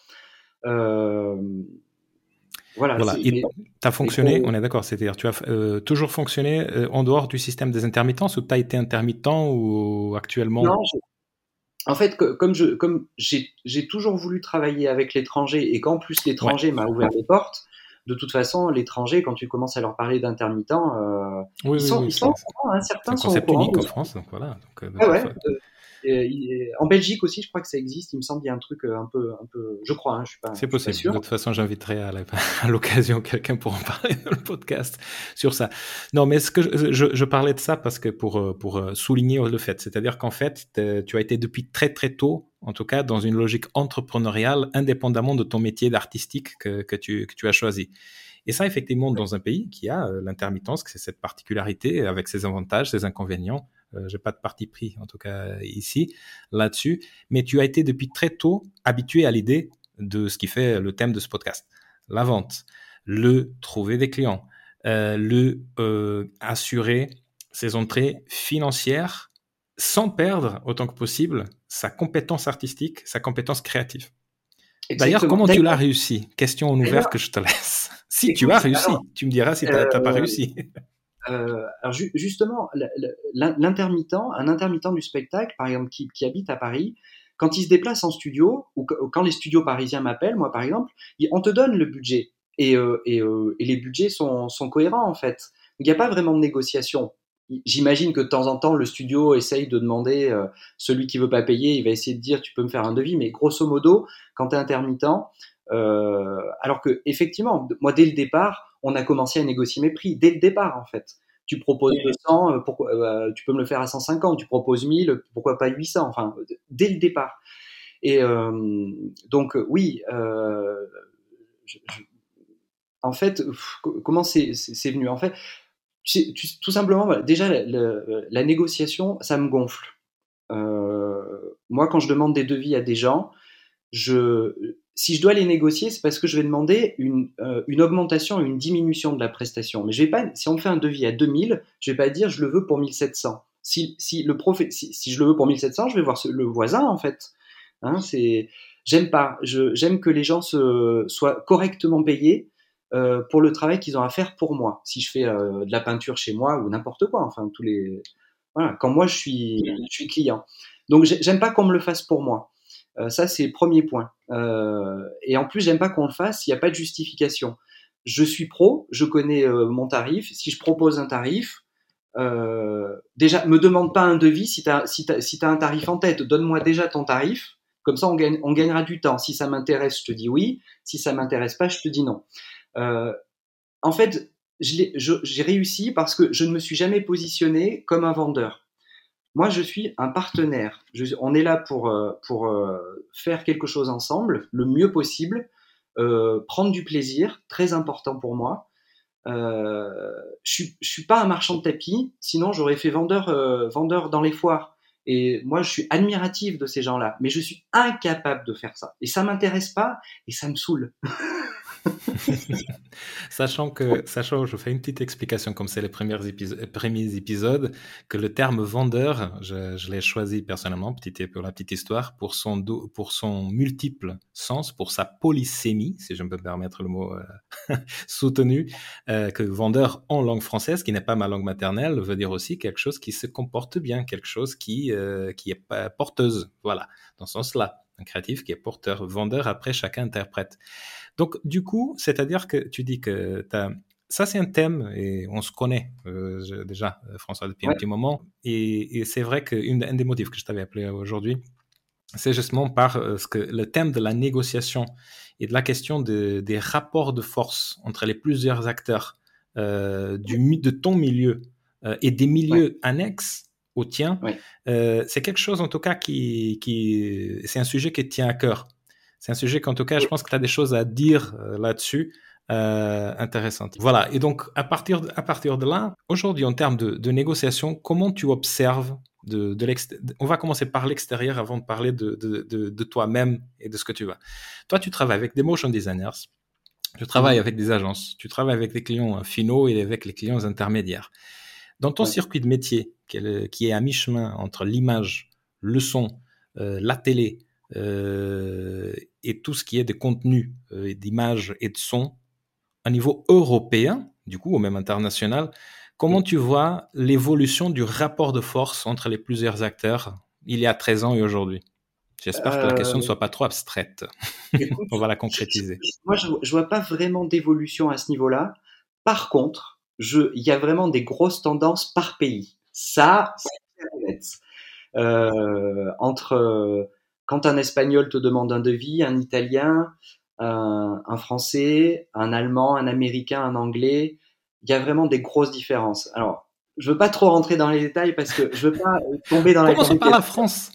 Voilà, Voilà, et tu as mais fonctionné, on est d'accord, c'est-à-dire tu as toujours fonctionné en dehors du système des intermittences ou tu as été intermittent ou actuellement? non, en fait, comme j'ai toujours voulu travailler avec l'étranger et qu'en plus Ouais, l'étranger m'a ouvert les portes, de toute façon, l'étranger, quand tu commences à leur parler d'intermittent, oui, oui, oui, ils sont au courant, hein, c'est certains un sont au concept courant. unique en France, donc voilà. Donc, de Ouais, toute ouais. façon. En Belgique aussi, je crois que ça existe. Il me semble qu'il y a un truc un peu, je crois, hein, C'est je suis pas possible. sûr. De toute façon, j'inviterai à l'occasion quelqu'un pour en parler dans le podcast sur ça. Non, mais ce que je parlais de ça parce que pour souligner le fait, c'est-à-dire qu'en fait, tu as été depuis très très tôt, en tout cas, dans une logique entrepreneuriale, indépendamment de ton métier d'artistique que tu as choisi. Et ça, effectivement, dans un pays qui a l'intermittence, c'est cette particularité avec ses avantages, ses inconvénients. J'ai pas de parti pris, en tout cas ici, là-dessus. Mais tu as été depuis très tôt habitué à l'idée de ce qui fait le thème de ce podcast. La vente, le trouver des clients, assurer ses entrées financières sans perdre autant que possible sa compétence artistique, sa compétence créative. D'ailleurs, Exactement. comment tu l'as réussi? Question en ouvert D'ailleurs, que je te laisse. Si tu as écoute, alors, réussi, tu me diras si tu n'as pas euh, réussi. justement, l'intermittent, un intermittent du spectacle, par exemple, qui habite à Paris, quand il se déplace en studio, ou quand les studios parisiens m'appellent, moi par exemple, on te donne le budget. Et les budgets sont cohérents en fait. Il n'y a pas vraiment de négociation. J'imagine que de temps en temps, le studio essaye de demander, celui qui veut pas payer, il va essayer de dire tu peux me faire un devis, mais grosso modo, quand tu es intermittent, alors que effectivement, moi dès le départ, on a commencé à négocier mes prix, dès le départ en fait. Tu proposes 200, tu peux me le faire à 150, tu proposes 1000, pourquoi pas 800, enfin, dès le départ. Et donc, oui, je, je, en fait, comment c'est venu? En fait, tout simplement, voilà, déjà, la négociation, ça me gonfle. Moi, quand je demande des devis à des gens, si je dois les négocier, c'est parce que je vais demander une augmentation, une diminution de la prestation. Mais je vais pas, si on me fait un devis à 2000, je vais pas dire je le veux pour 1700. Si je le veux pour 1700, je vais voir le voisin en fait. Hein, j'aime pas. J'aime que les gens soient correctement payés pour le travail qu'ils ont à faire pour moi. Si je fais de la peinture chez moi ou n'importe quoi, enfin voilà, quand moi je suis client. Donc j'aime pas qu'on me le fasse pour moi. Ça, c'est le premier point. Et en plus, j'aime pas qu'on le fasse, il n'y a pas de justification. Je suis pro, je connais mon tarif. Si je propose un tarif, déjà, me demande pas un devis si tu as, si t'as un tarif en tête. Donne-moi déjà ton tarif. Comme ça, on gagnera du temps. Si ça m'intéresse, je te dis oui. Si ça m'intéresse pas, je te dis non. Euh, En fait, j'ai réussi parce que je ne me suis jamais positionné comme un vendeur. Moi, je suis un partenaire. On est là pour faire quelque chose ensemble, le mieux possible, prendre du plaisir, très important pour moi. Je suis pas un marchand de tapis, sinon j'aurais fait vendeur dans les foires. Et moi, je suis admiratif de ces gens-là, mais je suis incapable de faire ça. Et ça m'intéresse pas, et ça me saoule. Sachant, je fais une petite explication comme c'est les premiers épisodes, que le terme vendeur, je l'ai choisi personnellement, pour la petite histoire, pour son multiple sens, pour sa polysémie, si je me peux permettre le mot soutenu, que vendeur en langue française, qui n'est pas ma langue maternelle, veut dire aussi quelque chose qui se comporte bien, quelque chose qui est porteuse, voilà, dans ce sens-là. Un créatif qui est porteur, vendeur, après chacun interprète. Donc, du coup, c'est-à-dire que tu dis que ça, c'est un thème et on se connaît déjà, François, depuis un Ouais, petit moment. Et c'est vrai qu'un des motifs que je t'avais appelé aujourd'hui, c'est justement par le thème de la négociation et de la question des rapports de force entre les plusieurs acteurs de ton milieu et des ouais, milieux annexes au tien. ouais. C'est quelque chose, en tout cas, c'est un sujet qui te tient à cœur. C'est un sujet qu'en tout cas, je pense que tu as des choses à dire là-dessus intéressantes. Voilà. Et donc, à partir de là, aujourd'hui, en termes de négociation, comment tu observes on va commencer par l'extérieur avant de parler de toi-même et de ce que tu vas. Toi, tu travailles avec des motion designers, tu travailles Mhm. avec des agences, tu travailles avec des clients finaux et avec les clients intermédiaires. Dans ton Ouais. circuit de métier, qui est à mi-chemin entre l'image, le son, la télé et tout ce qui est des contenus d'images et de son, à niveau européen, du coup, ou même international, comment tu vois l'évolution du rapport de force entre les plusieurs acteurs il y a 13 ans et aujourd'hui? J'espère que la question ne soit pas trop abstraite. Écoute, On va la concrétiser. moi, je vois pas vraiment d'évolution à ce niveau-là. Par contre, il y a vraiment des grosses tendances par pays. Ça, c'est clair et net. Entre quand un Espagnol te demande un devis, un Italien, un Français, un Allemand, un Américain, un Anglais, il y a vraiment des grosses différences. Alors, je veux pas trop rentrer dans les détails parce que je veux pas tomber dans la Commençons par la caricature. France.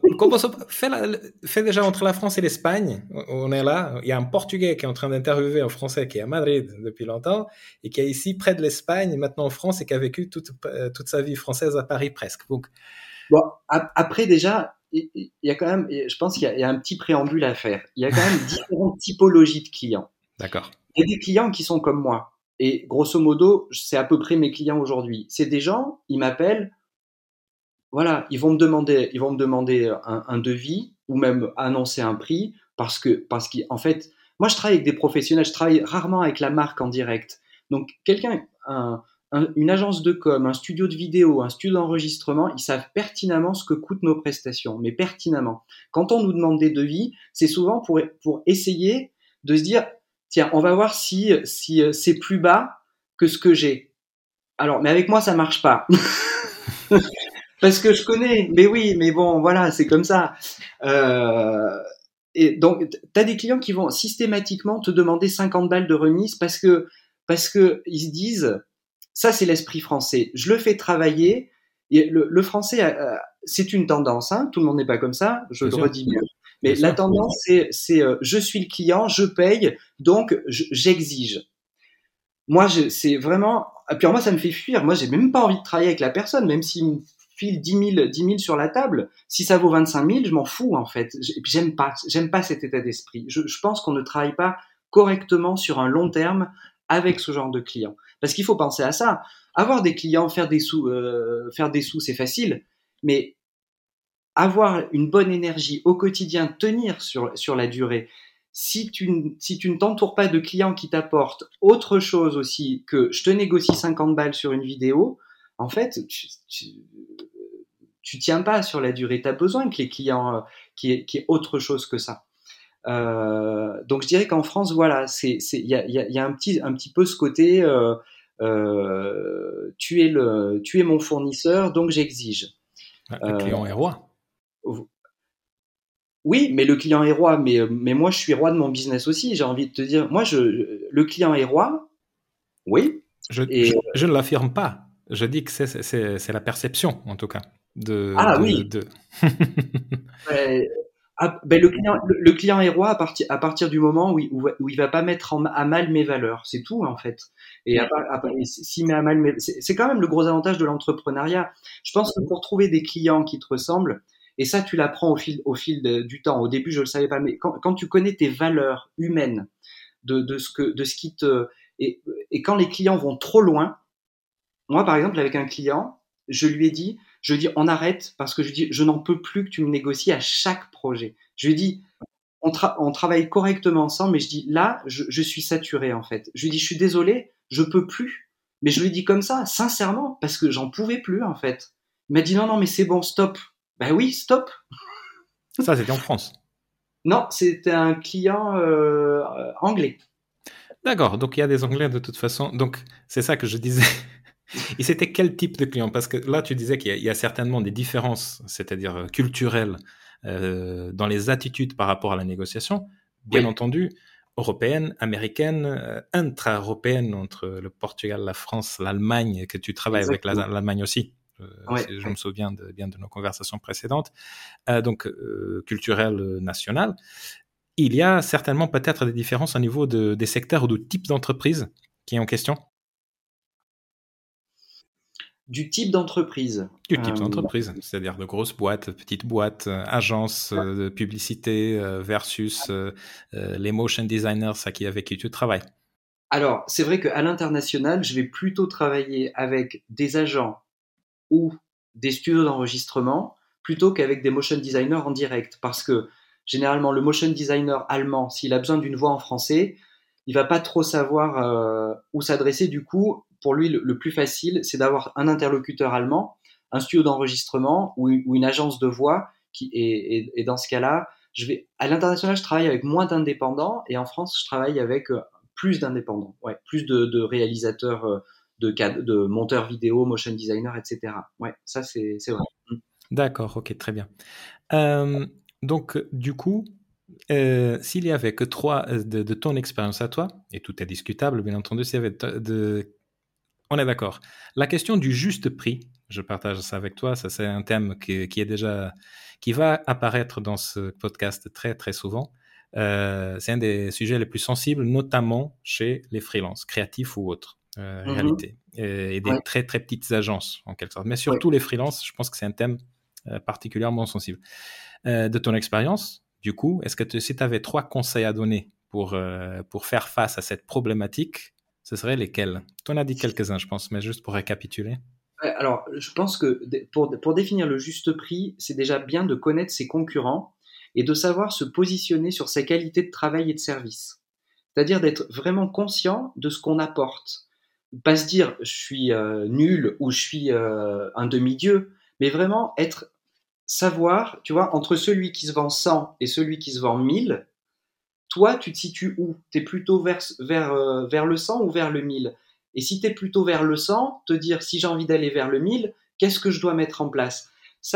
Fais déjà entre la France et l'Espagne. On est là. Il y a un Portugais qui est en train d'interviewer un Français qui est à Madrid depuis longtemps et qui est ici près de l'Espagne, maintenant en France et qui a vécu toute sa vie française à Paris presque. Donc, Bon, après déjà, il y a quand même, je pense qu'il y a un petit préambule à faire. Il y a quand même différentes typologies de clients. d'accord. Il y a des clients qui sont comme moi. Et grosso modo, c'est à peu près mes clients aujourd'hui. C'est des gens, ils m'appellent, voilà, ils vont me demander un devis ou même annoncer un prix parce qu'en fait, moi je travaille avec des professionnels, je travaille rarement avec la marque en direct. Donc une agence de com, un studio de vidéo, un studio d'enregistrement, ils savent pertinemment ce que coûtent nos prestations, mais pertinemment. Quand on nous demande des devis, c'est souvent pour essayer de se dire, tiens, on va voir si c'est plus bas que ce que j'ai. Alors, mais avec moi, ça marche pas. Parce que je connais, mais oui, mais bon, voilà, c'est comme ça. Euh, et donc, tu as des clients qui vont systématiquement te demander 50 balles de remise parce que ils se disent, ça c'est l'esprit français. Je le fais travailler. Et le français, c'est une tendance. Hein, tout le monde n'est pas comme ça. Je Bien le sûr. redis bien. Bien Mais la sûr. tendance, c'est je suis le client, je paye, donc j'exige. Moi, c'est vraiment. Et puis moi, ça me fait fuir. Moi, j'ai même pas envie de travailler avec la personne, même s'il me file 10 000 sur la table. Si ça vaut 25 000, je m'en fous en fait. Et puis j'aime pas cet état d'esprit. Je pense qu'on ne travaille pas correctement sur un long terme avec ce genre de clients. Parce qu'il faut penser à ça. Avoir des clients, faire des sous, c'est facile. Mais avoir une bonne énergie au quotidien, tenir sur la durée, si tu ne t'entoures pas de clients qui t'apportent autre chose aussi que je te négocie 50 balles sur une vidéo, en fait, tu tiens pas sur la durée. Tu as besoin que les clients, qui aient autre chose que ça. Donc je dirais qu'en France, voilà, il y a un petit peu ce côté, tu es mon fournisseur, donc j'exige. Le Euh, client est roi. Oui, mais le client est roi, mais moi je suis roi de mon business aussi. J'ai envie de te dire, le client est roi, oui. Et Je ne l'affirme pas. Je dis que c'est la perception, en tout cas, ah oui, de... ben, ben, le client est roi à partir du moment où il va pas mettre à mal mes valeurs. C'est tout en fait. Et s'il met à mal c'est quand même le gros avantage de l'entrepreneuriat. Je pense que pour trouver des clients qui te ressemblent, et ça tu l'apprends au fil du temps. Au début je le savais pas, mais quand tu connais tes valeurs humaines de ce qui te et, et quand les clients vont trop loin, moi par exemple avec un client, je lui ai dit on arrête parce que je lui dis je n'en peux plus que tu me négocies à chaque projet. Je lui ai dit on travaille correctement ensemble, mais je dis là je suis saturé en fait. Je lui dis je suis désolé, je peux plus. Mais je lui ai dit comme ça, sincèrement, parce que j'en pouvais plus en fait. Il m'a dit non non mais c'est bon stop. Ben oui stop. Ça, c'était en France. Non c'était un client anglais. D'accord, donc il y a des Anglais de toute façon. Donc, c'est ça que je disais. Et c'était quel type de client? Parce que là, tu disais qu'il y a certainement des différences, c'est-à-dire culturelles, dans les attitudes par rapport à la négociation. Bien Oui, entendu, européenne, américaine, intra-européenne, entre le Portugal, la France, l'Allemagne, que tu travailles avec exactement. l'Allemagne aussi. Ouais, Si je me ouais. souviens bien de nos conversations précédentes. Donc, culturelle, nationale. Il y a certainement peut-être des différences au niveau des secteurs ou de types d'entreprises qui est en question. Du type d'entreprise. Du type d'entreprise, c'est-à-dire de grosses boîtes, petites boîtes, agences de publicité versus les motion designers avec qui tu travailles. Alors, c'est vrai qu'à l'international, je vais plutôt travailler avec des agents ou des studios d'enregistrement plutôt qu'avec des motion designers en direct. Parce que généralement, le motion designer allemand, s'il a besoin d'une voix en français, il va pas trop savoir où s'adresser. Du coup, pour lui, le plus facile, c'est d'avoir un interlocuteur allemand, un studio d'enregistrement ou une agence de voix. Et dans ce cas-là, à l'international, je travaille avec moins d'indépendants et en France, je travaille avec plus d'indépendants, ouais, plus de réalisateurs, de monteurs vidéo, motion designers, etc. Ouais, ça c'est vrai. D'accord, ok, très bien. Donc, du coup, s'il y avait que trois de ton expérience à toi, et tout est discutable, bien entendu, s'il y avait on est d'accord. La question du juste prix, je partage ça avec toi, ça c'est un thème qui va apparaître dans ce podcast très très souvent. C'est un des sujets les plus sensibles, notamment chez les freelances, créatifs ou autres, Mhm. réalité, et des Ouais, très très petites agences en quelque sorte. Mais ouais. surtout les freelances, je pense que c'est un thème particulièrement sensible. De ton expérience, du coup, est-ce que si tu avais trois conseils à donner pour faire face à cette problématique, ce seraient lesquels? Tu en as dit quelques-uns, je pense, mais juste pour récapituler. Ouais, alors, je pense que pour définir le juste prix, c'est déjà bien de connaître ses concurrents et de savoir se positionner sur sa qualité de travail et de service. C'est-à-dire d'être vraiment conscient de ce qu'on apporte. Pas se dire je suis nul ou je suis un demi-dieu, mais vraiment savoir, tu vois, entre celui qui se vend 100 et celui qui se vend 1000, toi, tu te situes où? Tu es plutôt vers le 100 ou vers le 1000? Et si tu es plutôt vers le 100, te dire si j'ai envie d'aller vers le 1000, qu'est-ce que je dois mettre en place?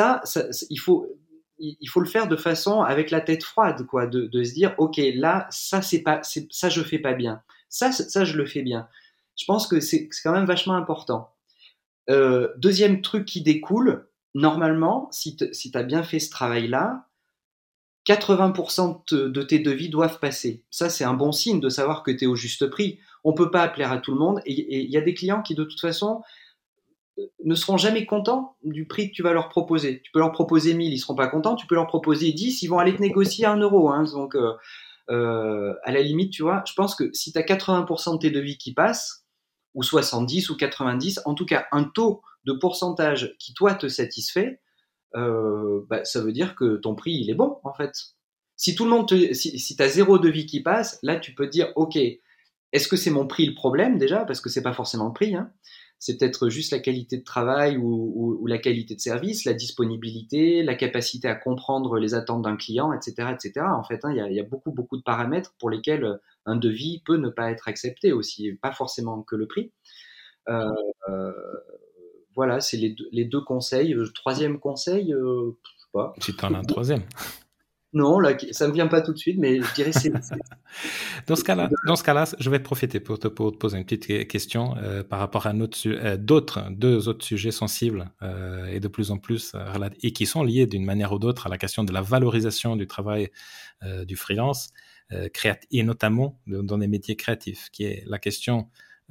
Il faut le faire de façon avec la tête froide, quoi, de se dire ok, là, ça je fais pas bien, ça je le fais bien. Je pense que c'est quand même vachement important. Deuxième truc qui découle, normalement, si tu as bien fait ce travail-là, 80% de tes devis doivent passer. Ça, c'est un bon signe de savoir que tu es au juste prix. On ne peut pas plaire à tout le monde. Et il y a des clients qui, de toute façon, ne seront jamais contents du prix que tu vas leur proposer. Tu peux leur proposer 1000, ils ne seront pas contents. Tu peux leur proposer 10, ils vont aller te négocier 1 euro. Hein. Donc, à la limite, tu vois, je pense que si tu as 80% de tes devis qui passent, ou 70 ou 90, en tout cas un taux de pourcentage qui, toi, te satisfait, bah, ça veut dire que ton prix, il est bon, en fait. Si tout le monde si tu as zéro devis qui passe, là, tu peux te dire, OK, est-ce que c'est mon prix le problème déjà? Parce que c'est pas forcément le prix, hein. C'est peut-être juste la qualité de travail ou la qualité de service, la disponibilité, la capacité à comprendre les attentes d'un client, etc., etc. En fait, hein, il y a beaucoup, beaucoup de paramètres pour lesquels un devis peut ne pas être accepté aussi, pas forcément que le prix. Euh, euh, voilà, c'est les deux conseils. Troisième conseil, je sais pas. Si tu en as un troisième. Non, là, ça me vient pas tout de suite, mais je dirais Dans ce cas-là, je vais profiter pour te poser une petite question par rapport à deux autres sujets sensibles et de plus en plus et qui sont liés d'une manière ou d'autre à la question de la valorisation du travail du freelance et notamment dans les métiers créatifs, qui est la question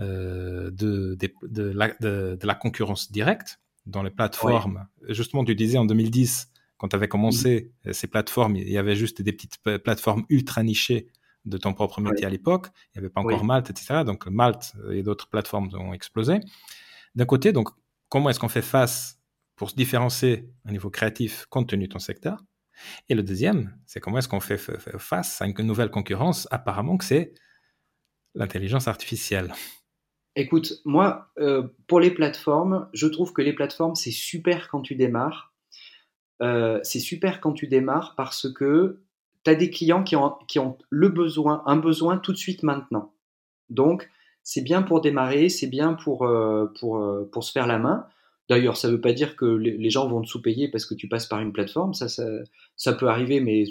de la concurrence directe dans les ouais. plateformes. Justement, tu disais en 2010, quand tu avais Mhm. commencé ces plateformes, il y avait juste des petites plateformes ultra nichées de ton propre Ouais. métier à l'époque. Il n'y avait pas encore Oui. Malte, etc. Donc Malte et d'autres plateformes ont explosé. D'un côté, donc, comment est-ce qu'on fait face pour se différencier au niveau créatif compte tenu de ton secteur? Et le deuxième, c'est comment est-ce qu'on fait face à une nouvelle concurrence, apparemment que c'est l'intelligence artificielle. Écoute, moi, pour les plateformes, je trouve que les plateformes, c'est super quand tu démarres. C'est super quand tu démarres parce que tu as des clients qui ont un besoin tout de suite maintenant. Donc, c'est bien pour démarrer, c'est bien pour se faire la main. D'ailleurs, ça ne veut pas dire que les gens vont te sous-payer parce que tu passes par une plateforme. Ça peut arriver, mais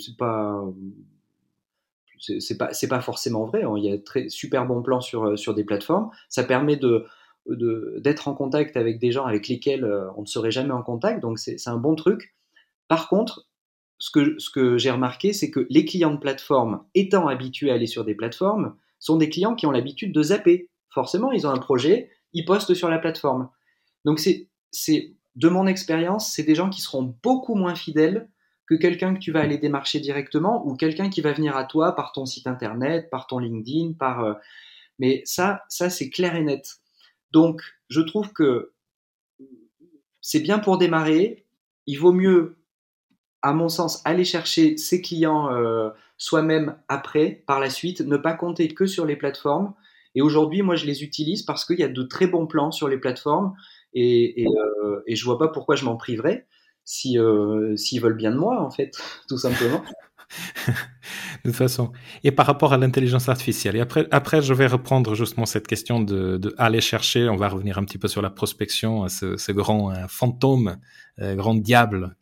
c'est pas forcément vrai. Hein. Il y a très super bons plans sur des plateformes. Ça permet d'être en contact avec des gens avec lesquels on ne serait jamais en contact. Donc, c'est un bon truc. Par contre, ce que j'ai remarqué, c'est que les clients de plateforme, étant habitués à aller sur des plateformes, sont des clients qui ont l'habitude de zapper. Forcément, ils ont un projet, ils postent sur la plateforme. Donc, de mon expérience, c'est des gens qui seront beaucoup moins fidèles que quelqu'un que tu vas aller démarcher directement ou quelqu'un qui va venir à toi par ton site internet, par ton LinkedIn, mais ça c'est clair et net. Donc, je trouve que c'est bien pour démarrer. Il vaut mieux, à mon sens, aller chercher ses clients soi-même après, par la suite, ne pas compter que sur les plateformes. Et aujourd'hui, moi, je les utilise parce qu'il y a de très bons plans sur les plateformes et je vois pas pourquoi je m'en priverais s'ils veulent bien de moi, en fait, tout simplement. De toute façon. Et par rapport à l'intelligence artificielle, et après, je vais reprendre justement cette question de aller chercher, on va revenir un petit peu sur la prospection, ce grand fantôme, grand diable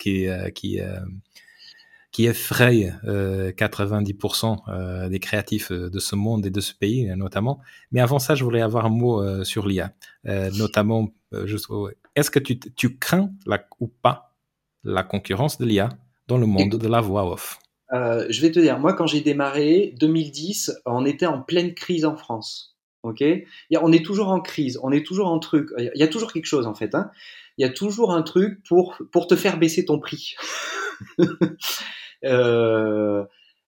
qui effraie 90% des créatifs de ce monde et de ce pays notamment. Mais avant ça, je voulais avoir un mot sur l'IA, notamment est-ce que tu crains ou pas la concurrence de l'IA dans le monde Écoute, de la voix off? je vais te dire, moi, quand j'ai démarré, 2010, on était en pleine crise en France. Ok, on est toujours en crise, on est toujours en truc. Il y a toujours quelque chose en fait. Hein. Il y a toujours un truc pour te faire baisser ton prix. euh,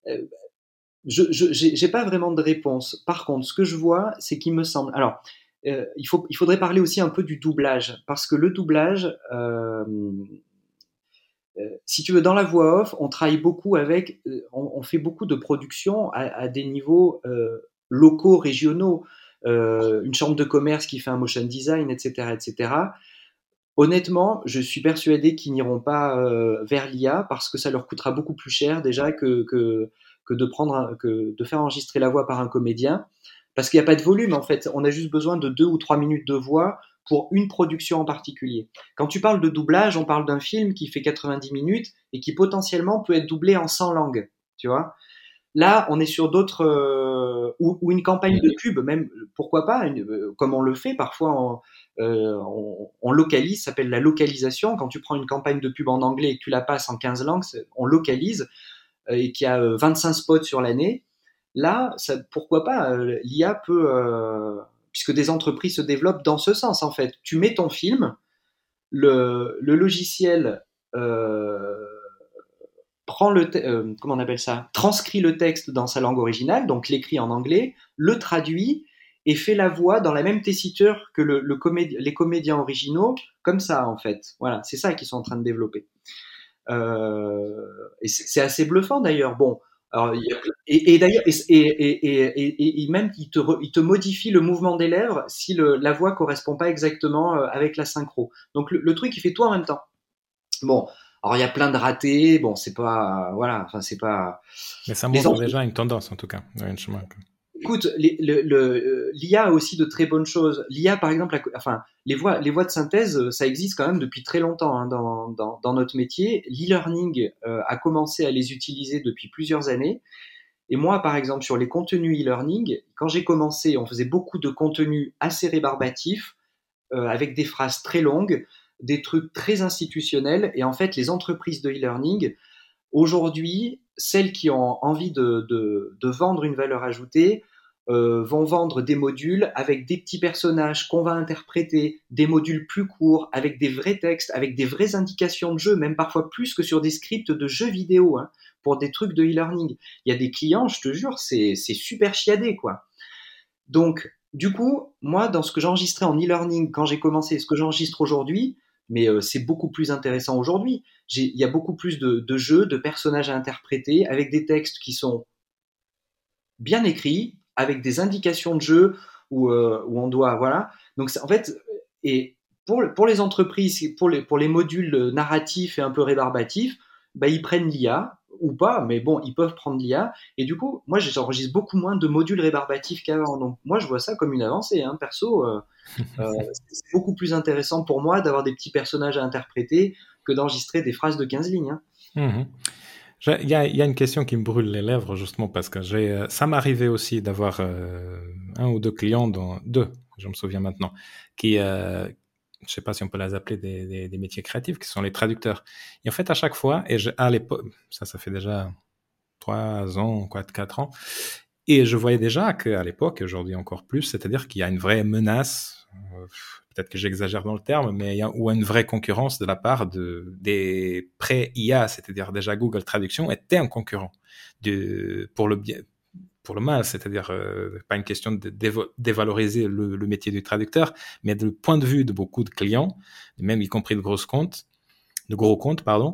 j'ai pas vraiment de réponse. Par contre, ce que je vois, c'est qu'il me semble. Alors, il faudrait parler aussi un peu du doublage, parce que le doublage, si tu veux, dans la voix off, on travaille beaucoup avec, on fait beaucoup de productions à des niveaux locaux, régionaux. Une chambre de commerce qui fait un motion design, etc., etc. Honnêtement, je suis persuadé qu'ils n'iront pas vers l'IA parce que ça leur coûtera beaucoup plus cher déjà que de faire enregistrer la voix par un comédien. Parce qu'il n'y a pas de volume en fait. On a juste besoin de 2 ou 3 minutes de voix pour une production en particulier. Quand tu parles de doublage, on parle d'un film qui fait 90 minutes et qui potentiellement peut être doublé en 100 langues. Tu vois. Là, on est sur d'autres ou une campagne de pub, même pourquoi pas, comme on le fait parfois, on localise, ça s'appelle la localisation. Quand tu prends une campagne de pub en anglais et que tu la passes en 15 langues, on localise et qu'il y a 25 spots sur l'année. Là, ça, pourquoi pas, l'IA peut, puisque des entreprises se développent dans ce sens en fait. Tu mets ton film, le logiciel comment on appelle ça, transcrit le texte dans sa langue originale, donc l'écrit en anglais, le traduit et fait la voix dans la même tessiture que les comédiens originaux, comme ça en fait. Voilà, c'est ça qu'ils sont en train de développer. Et c'est assez bluffant d'ailleurs. Bon, alors, et d'ailleurs, et même il te modifie le mouvement des lèvres si la voix correspond pas exactement avec la synchro. Donc le truc, il fait tout en même temps. Bon, alors il y a plein de ratés. Bon, c'est pas, voilà, enfin c'est pas. Mais ça Les montre déjà une tendance, en tout cas. Un chemin. Écoute, l'IA a aussi de très bonnes choses. L'IA, par exemple, enfin, les voix de synthèse, ça existe quand même depuis très longtemps hein, dans notre métier. L'e-learning a commencé à les utiliser depuis plusieurs années. Et moi, par exemple, sur les contenus e-learning, quand j'ai commencé, on faisait beaucoup de contenus assez rébarbatifs, avec des phrases très longues, des trucs très institutionnels. Et en fait, les entreprises de e-learning, aujourd'hui, celles qui ont envie de vendre une valeur ajoutée, vont vendre des modules avec des petits personnages qu'on va interpréter, des modules plus courts, avec des vrais textes, avec des vraies indications de jeu, même parfois plus que sur des scripts de jeux vidéo, hein, pour des trucs de e-learning. Il y a des clients, je te jure, c'est super chiadé, quoi. Donc, du coup, moi, dans ce que j'enregistrais en e-learning quand j'ai commencé, ce que j'enregistre aujourd'hui, mais c'est beaucoup plus intéressant aujourd'hui. Il y a beaucoup plus de jeux, de personnages à interpréter, avec des textes qui sont bien écrits, avec des indications de jeu où on doit, voilà. Donc, en fait, et pour les entreprises, pour les modules narratifs et un peu rébarbatifs, bah, ils prennent l'IA ou pas, mais bon, ils peuvent prendre l'IA. Et du coup, moi, j'enregistre beaucoup moins de modules rébarbatifs qu'avant. Donc, moi, je vois ça comme une avancée, hein, perso. C'est beaucoup plus intéressant pour moi d'avoir des petits personnages à interpréter que d'enregistrer des phrases de 15 lignes. Hein. Mhm. Il y a une question qui me brûle les lèvres, justement, parce que ça m'arrivait aussi d'avoir un ou deux clients, deux, je me souviens maintenant, qui, je sais pas si on peut les appeler des métiers créatifs, qui sont les traducteurs. Et en fait, à chaque fois, à l'époque, ça fait déjà 3 ans, 4 ans, et je voyais déjà qu'à l'époque, et aujourd'hui encore plus, c'est-à-dire qu'il y a une vraie menace, peut-être que j'exagère dans le terme, mais ou une vraie concurrence de la part des pré-IA, c'est-à-dire déjà Google Traduction était un concurrent pour le bien, pour le mal, c'est-à-dire pas une question de dévaloriser le métier du traducteur, mais du point de vue de beaucoup de clients, même y compris de gros comptes, pardon,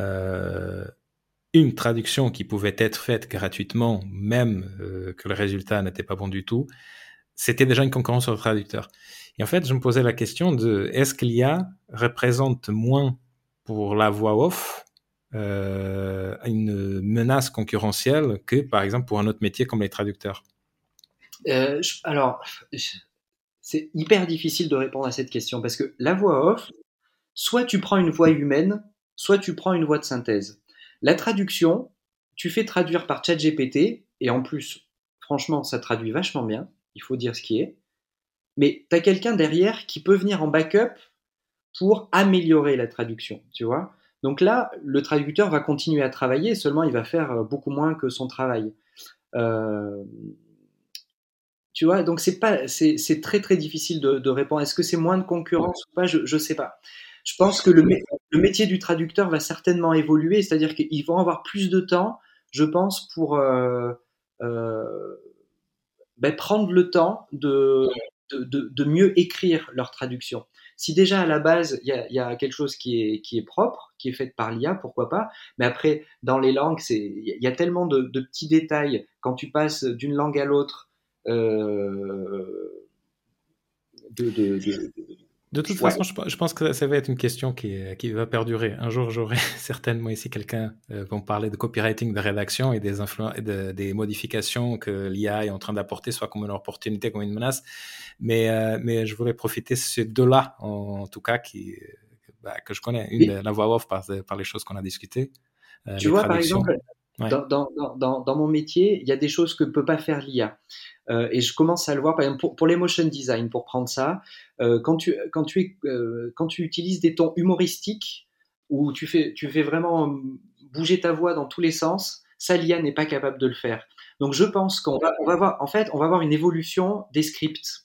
une traduction qui pouvait être faite gratuitement, même que le résultat n'était pas bon du tout, c'était déjà une concurrence sur le traducteur. Et en fait, je me posais la question de est-ce que l'IA représente moins pour la voix off une menace concurrentielle que, par exemple, pour un autre métier comme les traducteurs? Alors, c'est hyper difficile de répondre à cette question parce que la voix off, soit tu prends une voix humaine, soit tu prends une voix de synthèse. La traduction, tu fais traduire par ChatGPT, et en plus, franchement, ça traduit vachement bien, il faut dire ce qui est, mais tu as quelqu'un derrière qui peut venir en backup pour améliorer la traduction, tu vois. Donc là, le traducteur va continuer à travailler, seulement il va faire beaucoup moins que son travail. Euh, Tu vois, donc c'est très très difficile de répondre. Est-ce que c'est moins de concurrence ou pas? Je sais pas. Je pense que le métier du traducteur va certainement évoluer, c'est-à-dire qu'ils vont avoir plus de temps, je pense, pour euh, prendre le temps de mieux écrire leur traduction. Si déjà à la base il y a quelque chose qui est propre, qui est fait par l'IA, pourquoi pas. Mais après, dans les langues, il y a tellement de petits détails quand tu passes d'une langue à l'autre. Euh, de De toute ouais. façon, je pense que ça va être une question qui va perdurer. Un jour, j'aurai certainement ici quelqu'un pour me parler de copywriting, de rédaction et des modifications que l'IA est en train d'apporter, soit comme une opportunité, comme une menace. Mais je voulais profiter de ces deux-là, en tout cas, que je connais. Mais La voix off par les choses qu'on a discutées, tu les vois, par traductions. exemple, Ouais. dans mon métier, il y a des choses que ne peut pas faire l'IA. Et je commence à le voir, par exemple, pour l'emotion design, pour prendre ça, quand tu utilises des tons humoristiques, où tu fais vraiment bouger ta voix dans tous les sens, ça, l'IA n'est pas capable de le faire. Donc je pense on va voir, en fait, on va avoir une évolution des scripts.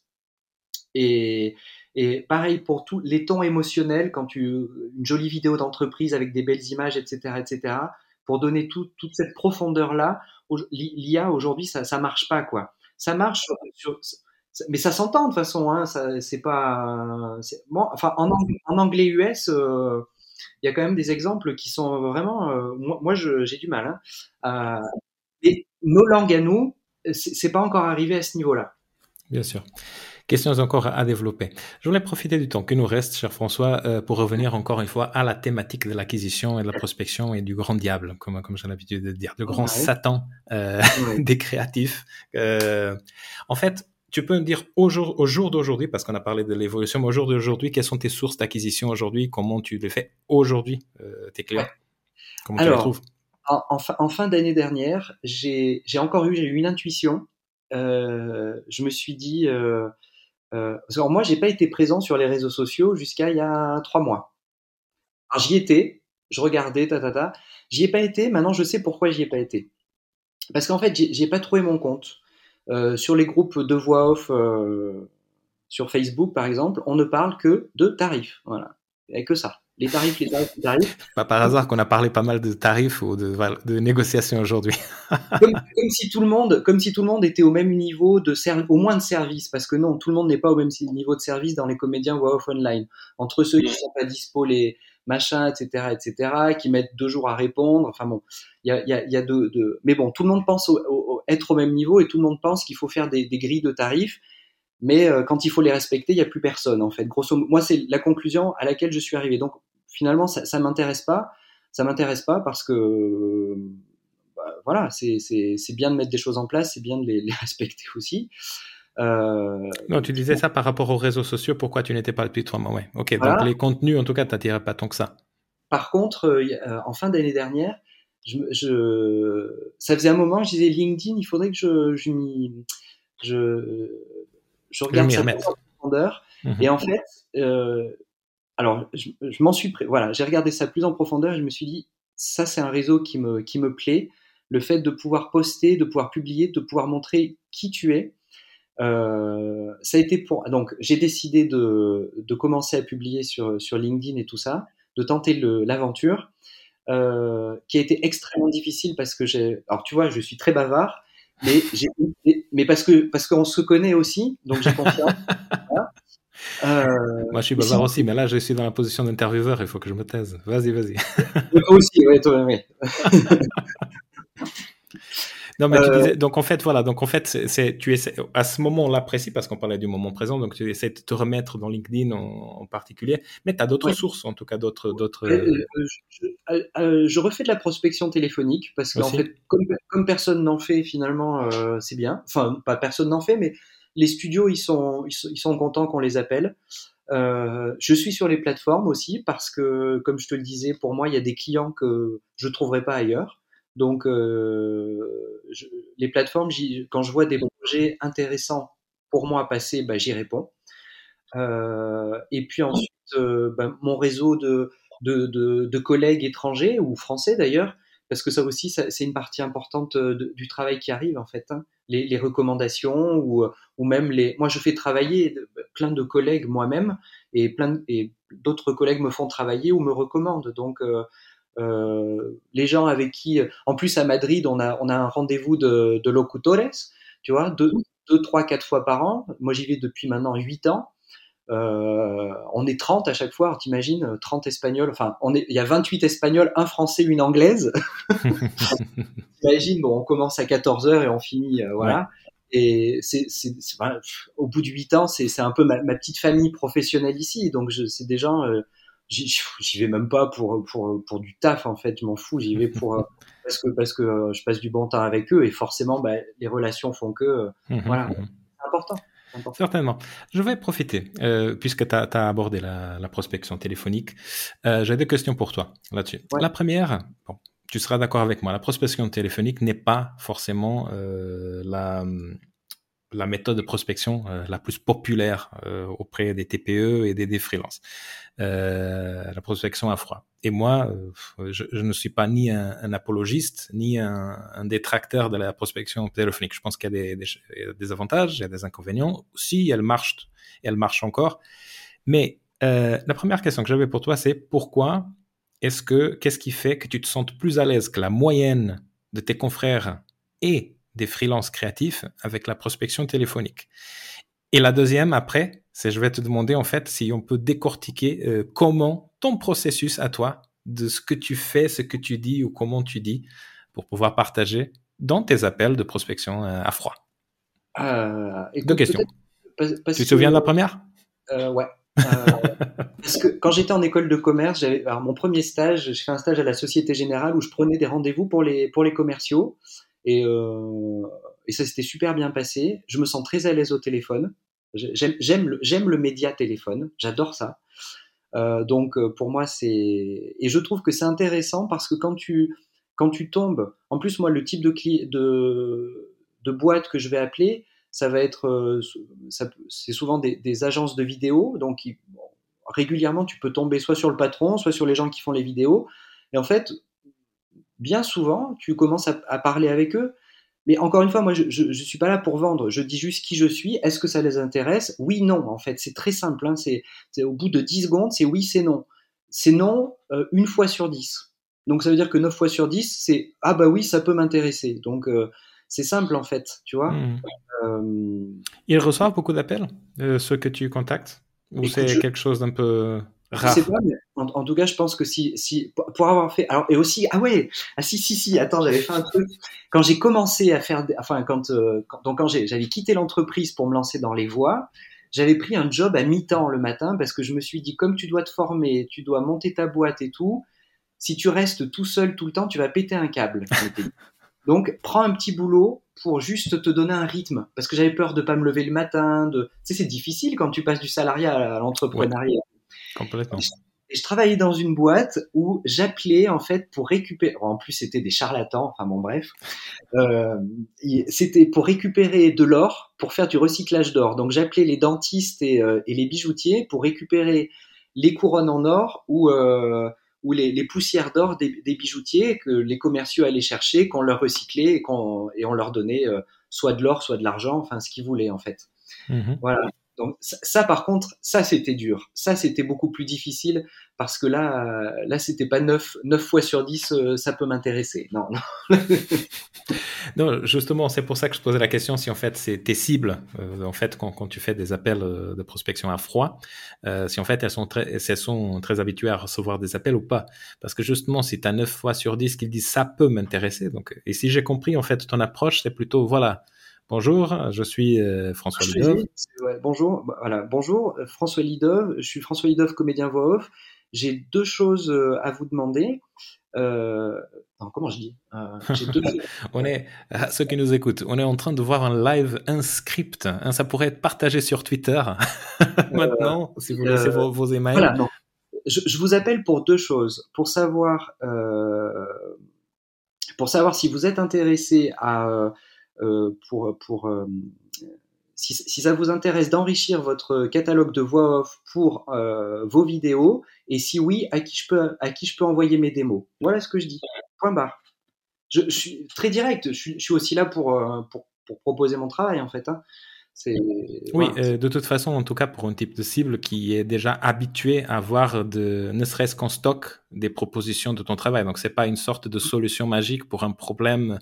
Et, et pareil pour tous les tons émotionnels, une jolie vidéo d'entreprise avec des belles images, etc., pour donner toute cette profondeur-là, l'IA aujourd'hui, ça marche pas, quoi. Ça marche mais ça s'entend de toute façon, hein, c'est pas, bon, enfin, en anglais US, il y a quand même des exemples qui sont vraiment, moi j'ai du mal, hein, et nos langues à nous, c'est pas encore arrivé à ce niveau-là. Bien sûr. Questions encore à développer. Je voulais profiter du temps que nous reste, cher François, pour revenir encore une fois à la thématique de l'acquisition et de la prospection et du grand diable, comme j'ai l'habitude de dire, le grand Ouais, Satan ouais. des créatifs. En fait, tu peux me dire au jour d'aujourd'hui, parce qu'on a parlé de l'évolution, mais au jour d'aujourd'hui, quelles sont tes sources d'acquisition aujourd'hui? Comment tu les fais aujourd'hui, tes clients? Ouais. Comment tu les Alors, trouves? en fin d'année dernière, j'ai eu une intuition. Je me suis dit, parce que moi, j'ai pas été présent sur les réseaux sociaux jusqu'à il y a 3 mois. Alors, j'y étais, je regardais, ta. J'y ai pas été. Maintenant, je sais pourquoi j'y ai pas été. Parce qu'en fait, j'y ai pas trouvé mon compte. Sur les groupes de voix off, sur Facebook, par exemple, on ne parle que de tarifs. Voilà. Il n'y a que ça. Les tarifs, les tarifs, les tarifs. Pas par hasard qu'on a parlé pas mal de tarifs ou de négociations aujourd'hui. Comme si tout le monde était au même niveau au moins de service, parce que non, tout le monde n'est pas au même niveau de service dans les comédiens voix off online. Entre ceux qui sont pas dispo, les machins, etc., qui mettent 2 jours à répondre. Enfin bon, il y a mais bon, tout le monde pense être au même niveau et tout le monde pense qu'il faut faire des grilles de tarifs. Mais quand il faut les respecter, il n'y a plus personne en fait. Grosso modo, moi c'est la conclusion à laquelle je suis arrivé. Donc finalement, ça m'intéresse pas. Ça m'intéresse pas parce que voilà, c'est bien de mettre des choses en place, c'est bien de les respecter aussi. Non, tu disais ça par rapport aux réseaux sociaux, pourquoi tu n'étais pas depuis 3 mois, ouais. Ok, donc Voilà. les contenus, en tout cas, t'attiraient pas tant que ça. Par contre, en fin d'année dernière, ça faisait un moment, je disais LinkedIn, il faudrait que je, je Je regarde m'y ça plus remette. en profondeur. Et Mhm. en fait, alors, je m'en suis voilà, j'ai regardé ça plus en profondeur et je me suis dit, ça, c'est un réseau qui me plaît. Le fait de pouvoir poster, de pouvoir publier, de pouvoir montrer qui tu es. Ça a été donc, j'ai décidé de commencer à publier sur LinkedIn et tout ça, de tenter l'aventure, qui a été extrêmement difficile parce que alors tu vois, je suis très bavard, Mais parce qu'on se connaît aussi, donc j'ai confiance. Voilà. Moi, je suis Et bavard sinon, aussi, mais là, je suis dans la position d'intervieweur, il faut que je me taise. Vas-y, vas-y. toi aussi, ouais, toi, ouais. Non, mais tu Euh, disais, donc en fait, voilà, donc en fait, tu essaies, à ce moment-là précis, parce qu'on parlait du moment présent, donc tu essaies de te remettre dans LinkedIn en particulier, mais tu as d'autres ouais. sources, en tout cas, d'autres Je refais de la prospection téléphonique parce qu'en aussi. fait, comme personne n'en fait finalement, c'est bien. Enfin, pas personne n'en fait, mais les studios, ils sont contents qu'on les appelle. Je suis sur les plateformes aussi parce que, comme je te le disais, pour moi, il y a des clients que je trouverai pas ailleurs. Donc, les plateformes, quand je vois des projets intéressants pour moi à passer, bah, j'y réponds. Et puis ensuite, ben, mon réseau de collègues étrangers ou français d'ailleurs, parce que ça aussi, c'est une partie importante du travail qui arrive en fait. Hein. Les recommandations ou même les. Moi, je fais travailler plein de collègues moi-même et d'autres collègues me font travailler ou me recommandent. Donc, les gens avec qui, en plus à Madrid, on a un rendez-vous de locutores, tu vois, deux, trois, quatre fois par an. Moi, j'y vais depuis maintenant 8 ans. On est 30 à chaque fois, t'imagines, 30 Espagnols, enfin, il y a 28 Espagnols, un Français, une Anglaise. T'imagines, bon, on commence à 14 heures et on finit, Ouais. voilà. Et voilà, au bout de 8 ans, c'est un peu ma petite famille professionnelle ici. Donc, c'est des gens, j'y vais même pas pour du taf, en fait, je m'en fous, j'y vais parce que je passe du bon temps avec eux et forcément, bah, les relations font que, voilà, c'est important. C'est important. Certainement. Je vais profiter, puisque tu as abordé la prospection téléphonique. J'ai deux questions pour toi là-dessus. Ouais. La première, bon, tu seras d'accord avec moi, la prospection téléphonique n'est pas forcément la méthode de prospection la plus populaire auprès des TPE et des freelances. La prospection à froid. Et moi, je ne suis pas ni un apologiste, ni un détracteur de la prospection téléphonique. Je pense qu'il y a des avantages, il y a des inconvénients. Aussi, elle marche encore. Mais la première question que j'avais pour toi, c'est pourquoi qu'est-ce qui fait que tu te sentes plus à l'aise que la moyenne de tes confrères et des freelances créatifs avec la prospection téléphonique? Et la deuxième, après, c'est je vais te demander en fait si on peut décortiquer comment ton processus à toi, de ce que tu fais, ce que tu dis ou comment tu dis, pour pouvoir partager dans tes appels de prospection à froid. Deux Écoute, questions. peut-être parce Tu te que, souviens de la première? ouais, euh, parce que quand j'étais en école de commerce, alors mon premier stage, je fais un stage à la Société Générale où je prenais des rendez-vous pour les commerciaux et, euh, et ça s'était super bien passé. Je me sens très à l'aise au téléphone. J'aime le média téléphone, j'adore ça. Donc pour moi et je trouve que c'est intéressant parce que quand tu tombes, en plus moi le type de boîte que je vais appeler, ça va être c'est souvent des agences de vidéos, donc bon, régulièrement tu peux tomber soit sur le patron, soit sur les gens qui font les vidéos, et en fait bien souvent tu commences à parler avec eux. Mais encore une fois, moi, je suis pas là pour vendre. Je dis juste qui je suis. Est-ce que ça les intéresse? Oui, non. En fait, c'est très simple. Hein. C'est au bout de 10 secondes, c'est oui, c'est non. C'est non une fois sur 10. Donc ça veut dire que 9 fois sur 10, c'est ah bah oui, ça peut m'intéresser. Donc c'est simple en fait, tu vois. Hmm. Euh, Ils reçoivent beaucoup d'appels, ceux que tu contactes? Ou Écoute, c'est quelque chose d'un peu je sais rare? pas, mais en tout cas, je pense que si pour avoir fait, alors et aussi, ah ouais, ah si, attends, j'avais fait un truc quand j'ai commencé à faire, enfin quand j'avais quitté l'entreprise pour me lancer dans les voix, j'avais pris un job à mi-temps le matin parce que je me suis dit comme tu dois te former, tu dois monter ta boîte et tout, si tu restes tout seul tout le temps, tu vas péter un câble. Je m'étais dit. Donc prends un petit boulot pour juste te donner un rythme parce que j'avais peur de pas me lever le matin, tu sais c'est difficile quand tu passes du salariat à Oui, l'entrepreneuriat. Et complètement. je, et je travaillais dans une boîte où j'appelais en fait pour récupérer. En plus, c'était des charlatans. Enfin bon, bref. Euh, C'était pour récupérer de l'or, pour faire du recyclage d'or. Donc j'appelais les dentistes et les bijoutiers pour récupérer les couronnes en or ou les poussières d'or des bijoutiers que les commerciaux allaient chercher, qu'on leur recyclait et on leur donnait soit de l'or, soit de l'argent, enfin ce qu'ils voulaient en fait. Mhm. Voilà. Donc ça, par contre, ça c'était dur. Ça c'était beaucoup plus difficile parce que là c'était pas 9 fois sur 10, ça peut m'intéresser. Non, non. Non, justement, c'est pour ça que je posais la question si en fait c'est tes cibles, en fait, quand tu fais des appels de prospection à froid, si en fait elles sont très habituées à recevoir des appels ou pas. Parce que justement, si tu as 9 fois sur 10 qui disent ça peut m'intéresser, donc, et si j'ai compris, en fait, ton approche, c'est plutôt, voilà, bonjour, je suis François Je te Lidov. dis, ouais, bonjour, voilà, bonjour, François Lidov, je suis François Lidov, comédien voix off. J'ai deux choses à vous demander. Non, comment je dis J'ai deux choses. On est, à ceux qui nous écoutent, on est en train de voir un live, un script, hein, ça pourrait être partagé sur Twitter maintenant, si vous laissez Euh, vos emails. voilà, non. Je vous appelle pour deux choses. Pour savoir si vous êtes intéressé pour si ça vous intéresse d'enrichir votre catalogue de voix off pour vos vidéos, et si oui, à qui je peux envoyer mes démos. Voilà ce que je dis. Point barre. Je suis très direct. Je suis aussi là pour proposer mon travail en fait. Hein. C'est Oui, voilà. de toute façon, en tout cas pour un type de cible qui est déjà habitué à avoir ne serait-ce qu'en stock des propositions de ton travail. Donc c'est pas une sorte de solution magique pour un problème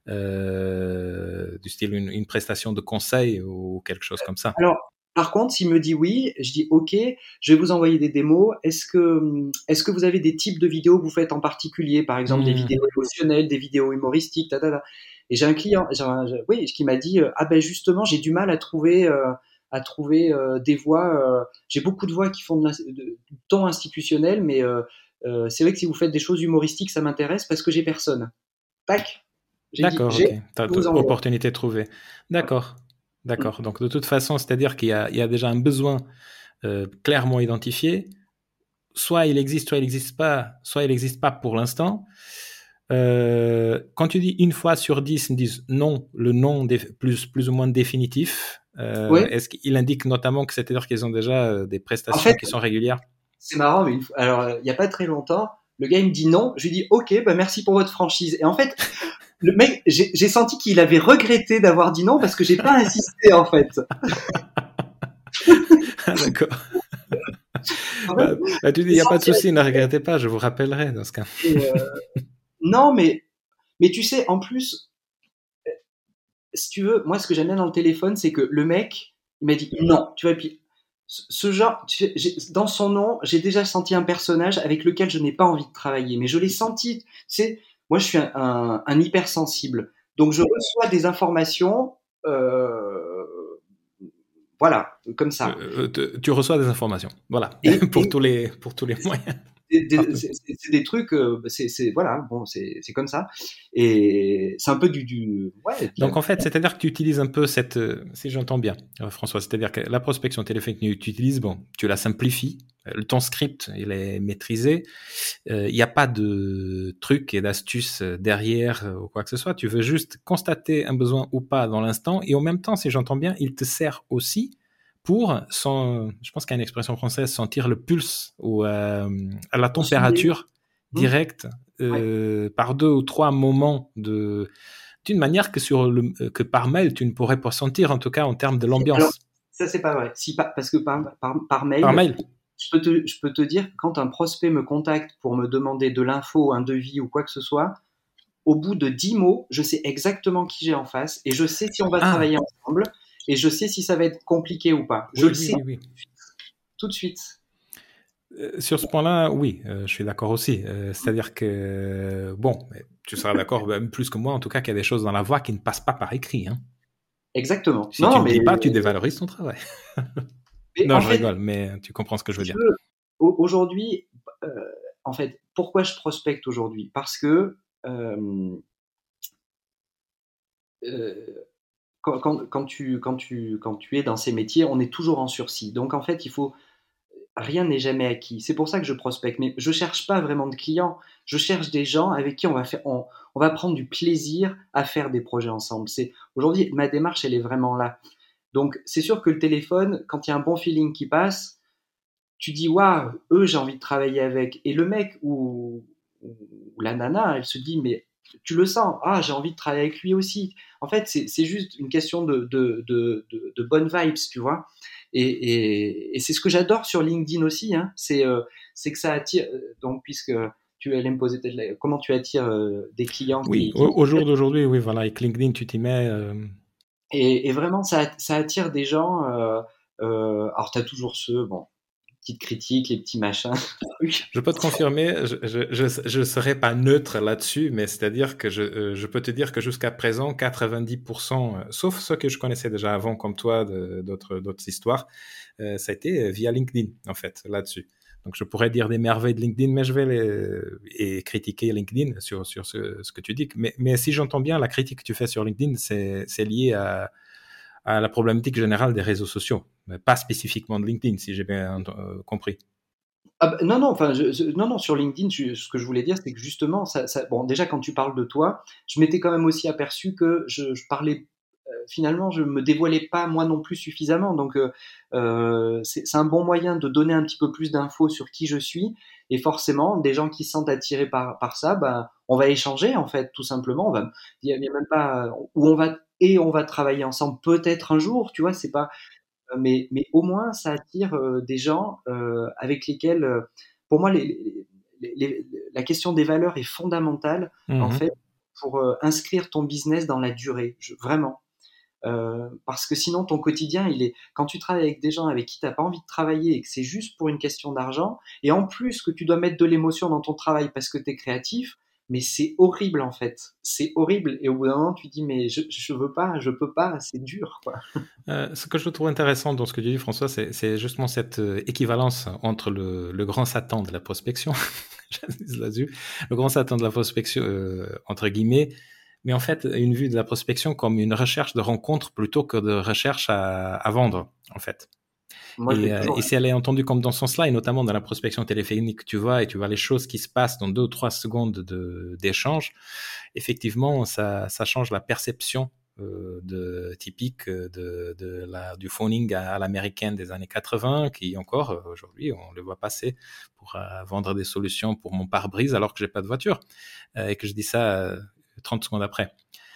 du style une prestation de conseil ou quelque chose comme ça. Alors, par contre, s'il me dit oui, je dis OK, je vais vous envoyer des démos. Est-ce que vous avez des types de vidéos que vous faites en particulier, par exemple des vidéos Hmm. émotionnelles, des vidéos humoristiques, Et j'ai un client, oui, qui m'a dit ah ben justement, j'ai du mal à trouver des voix. J'ai beaucoup de voix qui font du ton institutionnel, mais c'est vrai que si vous faites des choses humoristiques, ça m'intéresse parce que j'ai personne. Tac, D'accord, j'ai, ok. je vous envoie. Opportunité trouvée. D'accord, d'accord. Donc de toute façon, c'est-à-dire il y a déjà un besoin clairement identifié. Soit il existe, soit il n'existe pas pour l'instant. Quand tu dis une fois sur 10, ils me disent non, le non plus ou moins définitif. Oui, Est-ce qu'il indique notamment que c'est-à-dire qu'ils ont déjà des en prestations fait, qui sont régulières? c'est marrant, mais alors, il y a pas très longtemps, le gars, il me dit non. Je lui dis, OK, bah, merci pour votre franchise. Et en fait, le mec, j'ai senti qu'il avait regretté d'avoir dit non parce que j'ai pas insisté, en fait. Ah, d'accord. En fait, Bah, tu dis, il j'ai n'y a pas de senti, souci, ne regrettez pas, je vous rappellerai dans ce cas. et, non, mais tu sais, en plus, si tu veux, moi, ce que j'aime bien dans le téléphone, c'est que le mec, il m'a dit non. Tu vois, et puis, ce genre, dans son nom, j'ai déjà senti un personnage avec lequel je n'ai pas envie de travailler, mais je l'ai senti. Tu sais, moi, je suis un hypersensible, donc je reçois des informations, euh, voilà, comme ça. Tu reçois des informations. Voilà. Et, et Pour tous les moyens. Partout. c'est des trucs, voilà, bon, c'est comme ça. Et c'est un peu ouais, Donc en fait, c'est-à-dire que tu utilises un peu cette, si j'entends bien, François, c'est-à-dire que la prospection téléphonique que tu utilises, bon, tu la simplifies, ton script, il est maîtrisé, il n'y a pas de trucs et d'astuces derrière ou quoi que ce soit, tu veux juste constater un besoin ou pas dans l'instant, et en même temps, si j'entends bien, il te sert aussi pour, je pense qu'il y a une expression française, sentir le pulse ou à la on sondait. température directe Ouais. par deux ou trois moments d'une manière que par mail, tu ne pourrais pas sentir, en tout cas en termes de Alors, l'ambiance. ça, c'est pas vrai. Si, parce que par Par mail, mail. je peux te dire que quand un prospect me contacte pour me demander de l'info, un devis ou quoi que ce soit, au bout de 10 mots, je sais exactement qui j'ai en face et je sais si on va Ah, travailler ensemble et je sais si ça va être compliqué ou pas. Je oui, le oui, sais oui, oui. tout de suite. Sur ce point-là, oui, je suis d'accord aussi. C'est-à-dire que, bon, tu seras d'accord, même plus que moi, en tout cas, qu'il y a des choses dans la voix qui ne passent pas par écrit. Hein. Exactement. Si tu Non, ne dis pas, tu dévalorises ton travail. mais Non, en je fait, rigole, mais tu comprends ce que je si veux tu dire. veux, aujourd'hui, en fait, pourquoi je prospecte aujourd'hui? Parce que euh, euh, quand tu es dans ces métiers, on est toujours en sursis. Donc en fait, rien n'est jamais acquis. C'est pour ça que je prospecte. Mais je cherche pas vraiment de clients. Je cherche des gens avec qui on va prendre du plaisir à faire des projets ensemble. Aujourd'hui, ma démarche, elle est vraiment là. Donc c'est sûr que le téléphone, quand il y a un bon feeling qui passe, tu dis waouh, eux, j'ai envie de travailler avec. Et le mec ou la nana, elle se dit mais tu le sens, ah, j'ai envie de travailler avec lui aussi. En fait, c'est juste une question de bonnes vibes, tu vois. Et c'est ce que j'adore sur LinkedIn aussi, hein, c'est que ça attire. Donc, puisque tu allais me poser comment tu attires des clients Oui, qui au jour d'aujourd'hui, oui, voilà, avec LinkedIn, tu t'y mets. et vraiment ça attire des gens. Alors, t'as toujours ceux, bon, petites critiques, les petits machins, trucs. Je peux te confirmer, je serai pas neutre là-dessus, mais c'est-à-dire que je peux te dire que jusqu'à présent, 90%, sauf ceux que je connaissais déjà avant, comme toi, d'autres histoires, ça a été via LinkedIn, en fait, là-dessus. Donc, je pourrais dire des merveilles de LinkedIn, mais je vais et critiquer LinkedIn sur ce que tu dis. Mais si j'entends bien, la critique que tu fais sur LinkedIn, c'est lié à la problématique générale des réseaux sociaux, mais pas spécifiquement de LinkedIn, si j'ai bien compris. Ah bah, non, non, enfin, non, non, sur LinkedIn, ce que je voulais dire, c'est que justement, bon, déjà, quand tu parles de toi, je m'étais quand même aussi aperçu que je parlais, finalement, je me dévoilais pas moi non plus suffisamment. Donc, c'est un bon moyen de donner un petit peu plus d'infos sur qui je suis. Et forcément, des gens qui se sentent attirés par ça, ben, on va échanger, en fait, tout simplement. Il y a même pas, où on va travailler ensemble peut-être un jour, tu vois, c'est pas, mais au moins ça attire des gens avec lesquels, pour moi, la question des valeurs est fondamentale en Mhm. fait pour inscrire ton business dans la durée, vraiment. Parce que sinon ton quotidien, quand tu travailles avec des gens avec qui tu n'as pas envie de travailler et que c'est juste pour une question d'argent, et en plus que tu dois mettre de l'émotion dans ton travail parce que tu es créatif, mais c'est horrible en fait. C'est horrible. Et au bout d'un moment, tu dis, mais je veux pas, je peux pas, c'est dur, quoi. Ce que je trouve intéressant dans ce que tu dis, François, c'est justement cette équivalence entre le grand Satan de la prospection, j'insiste là-dessus, le grand Satan de la prospection, entre guillemets, mais en fait, une vue de la prospection comme une recherche de rencontre plutôt que de recherche à vendre, en fait. Moi, je l'ai Et toujours. si elle est entendue comme dans ce sens-là, et notamment dans la prospection téléphonique, et tu vois les choses qui se passent dans 2 ou 3 secondes d'échange, effectivement, ça change la perception typique du phoning à l'américaine des années 80, qui encore aujourd'hui on le voit passer pour vendre des solutions pour mon pare-brise alors que j'ai pas de voiture et que je dis ça 30 secondes après.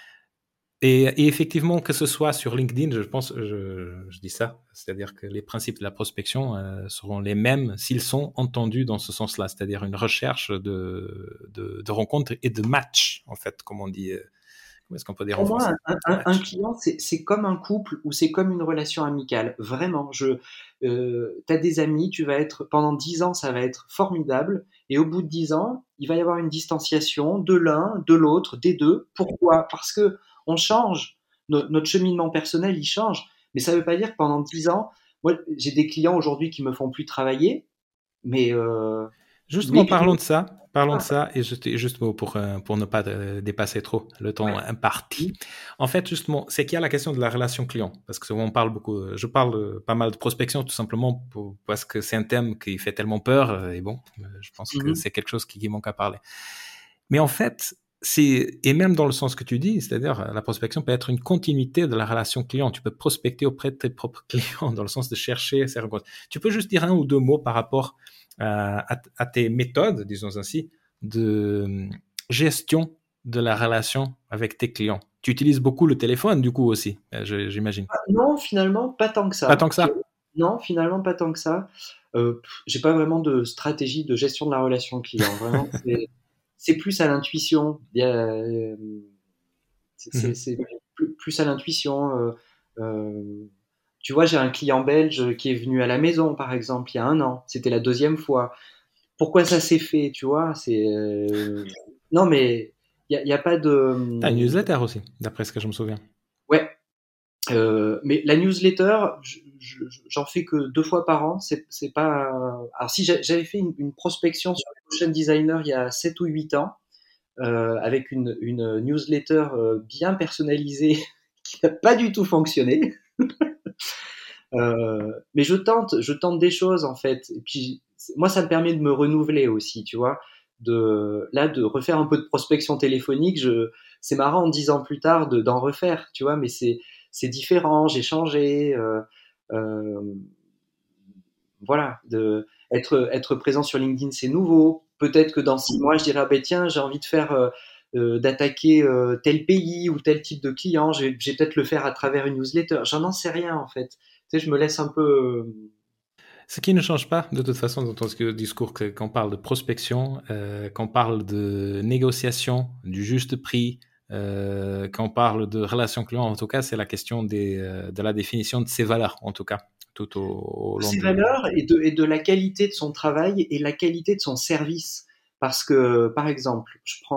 Et effectivement, que ce soit sur LinkedIn, je dis ça, c'est-à-dire que les principes de la prospection seront les mêmes s'ils sont entendus dans ce sens-là, c'est-à-dire une recherche de rencontres et de match, en fait, comme on dit. Comment est-ce qu'on peut dire en Pour moi, français? un Match. client, c'est comme un couple ou c'est comme une relation amicale. Vraiment, t'as des amis, tu vas être pendant 10 ans, ça va être formidable. Et au bout de 10 ans, il va y avoir une distanciation de l'un, de l'autre, des deux. Pourquoi? Parce que on change. Notre cheminement personnel, il change. Mais ça ne veut pas dire que pendant 10 ans, moi, j'ai des clients aujourd'hui qui me font plus travailler, mais Justement, mes clients, parlons de ça, et juste pour ne pas dépasser trop le temps imparti. En fait, justement, c'est qu'il y a la question de la relation client, parce que souvent on parle beaucoup, je parle pas mal de prospection tout simplement parce que c'est un thème qui fait tellement peur, et bon, je pense que Mhm. c'est quelque chose qui manque à parler. Mais en fait, et même dans le sens que tu dis, c'est-à-dire la prospection peut être une continuité de la relation client. Tu peux prospecter auprès de tes propres clients dans le sens de chercher ces rencontres. Tu peux juste dire 1 ou 2 mots par rapport à tes méthodes, disons ainsi, de gestion de la relation avec tes clients. Tu utilises beaucoup le téléphone, du coup, aussi, j'imagine. Non, finalement, pas tant que Pas ça. tant que ça. Non, finalement, pas tant que ça. J'ai pas vraiment de stratégie de gestion de la relation client. Vraiment, c'est plus à l'intuition. Mhm. C'est plus à l'intuition. Euh, Tu vois, j'ai un client belge qui est venu à la maison, par exemple, il y a un an. C'était la deuxième fois. Pourquoi ça s'est fait, tu vois? Non, mais il y a pas T'as une de. newsletter aussi, d'après ce que je me souviens. Ouais, mais la newsletter, j'en fais que 2 fois par an. C'est pas. Alors si j'avais fait une prospection sur les motion designers il y a 7 ou 8 ans, avec une newsletter bien personnalisée qui n'a pas du tout fonctionné. Mais je tente des choses en fait. Et puis moi, ça me permet de me renouveler aussi, tu vois, de refaire un peu de prospection téléphonique. C'est marrant 10 ans plus tard d'en refaire, tu vois, mais c'est différent. J'ai changé. Euh, voilà, être présent sur LinkedIn, c'est nouveau. Peut-être que dans 6 mois, je dirais, ah ben tiens, j'ai envie de faire, d'attaquer tel pays ou tel type de client. Je vais peut-être le faire à travers une newsletter. J'en sais rien en fait. Tu sais, je me laisse un peu... Ce qui ne change pas, de toute façon, dans ton discours, quand on parle de prospection, quand on parle de négociation, du juste prix, quand on parle de relation client, en tout cas, c'est la question de la définition de ses valeurs, en tout cas, tout au long ses de... valeurs et de la qualité de son travail et la qualité de son service. Parce que, par exemple,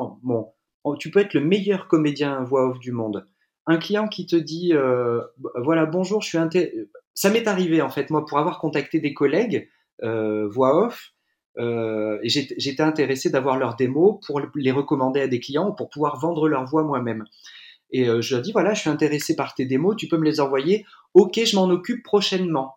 tu peux être le meilleur comédien voix off du monde. Un client qui te dit, voilà, bonjour, ça m'est arrivé en fait, moi, pour avoir contacté des collègues voix off, et j'étais intéressé d'avoir leurs démos pour les recommander à des clients ou pour pouvoir vendre leur voix moi-même. Et je leur dis, voilà, je suis intéressé par tes démos, tu peux me les envoyer. Ok, je m'en occupe prochainement.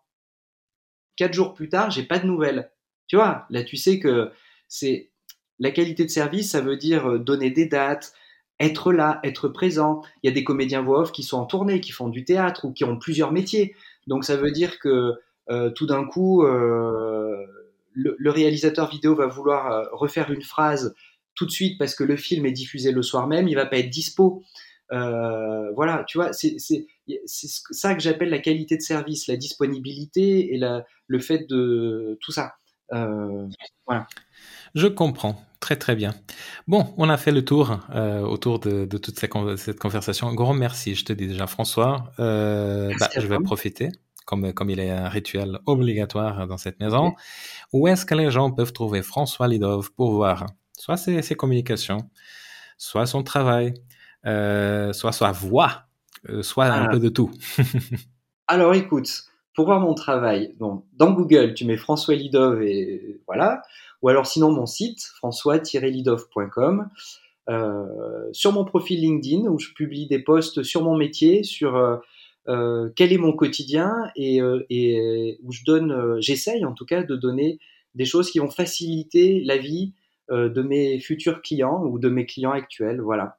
4 jours plus tard, j'ai pas de nouvelles. Tu vois, là, tu sais que c'est la qualité de service, ça veut dire donner des dates, être là, être présent. Il y a des comédiens voix off qui sont en tournée, qui font du théâtre ou qui ont plusieurs métiers. Donc ça veut dire que tout d'un coup, le réalisateur vidéo va vouloir refaire une phrase tout de suite parce que le film est diffusé le soir même, il va pas être dispo. Voilà, tu vois, c'est ça que j'appelle la qualité de service, la disponibilité et le fait de tout ça. Voilà. Je comprends. Très, très bien. Bon, on a fait le tour autour de toute cette conversation. Un grand merci, je te dis déjà, François. Je vais profiter, comme il est un rituel obligatoire dans cette maison. Okay. Où est-ce que les gens peuvent trouver François Lidov pour voir soit ses communications, soit son travail, soit sa voix, soit un peu de tout? Alors écoute, pour voir mon travail, donc, dans Google, tu mets François Lidov et voilà. Ou alors sinon mon site, françois-lidov.com. Sur mon profil LinkedIn, où je publie des posts sur mon métier, sur quel est mon quotidien et où j'essaye en tout cas de donner des choses qui vont faciliter la vie de mes futurs clients ou de mes clients actuels, voilà.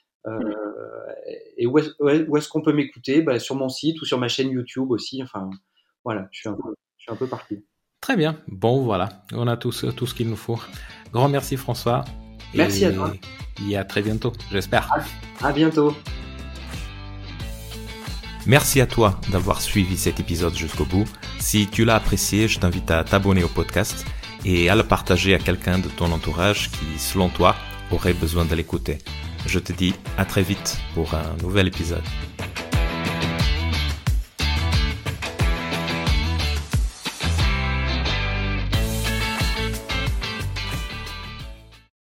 Et où est-ce qu'on peut m'écouter? Sur mon site ou sur ma chaîne YouTube aussi. Enfin, voilà, je suis un peu partout. Très bien. Bon, voilà, on a tout ce qu'il nous faut. Grand merci François. Merci à toi. Et à très bientôt, j'espère. À bientôt. Merci à toi d'avoir suivi cet épisode jusqu'au bout. Si tu l'as apprécié, je t'invite à t'abonner au podcast et à le partager à quelqu'un de ton entourage qui, selon toi, aurait besoin de l'écouter. Je te dis à très vite pour un nouvel épisode.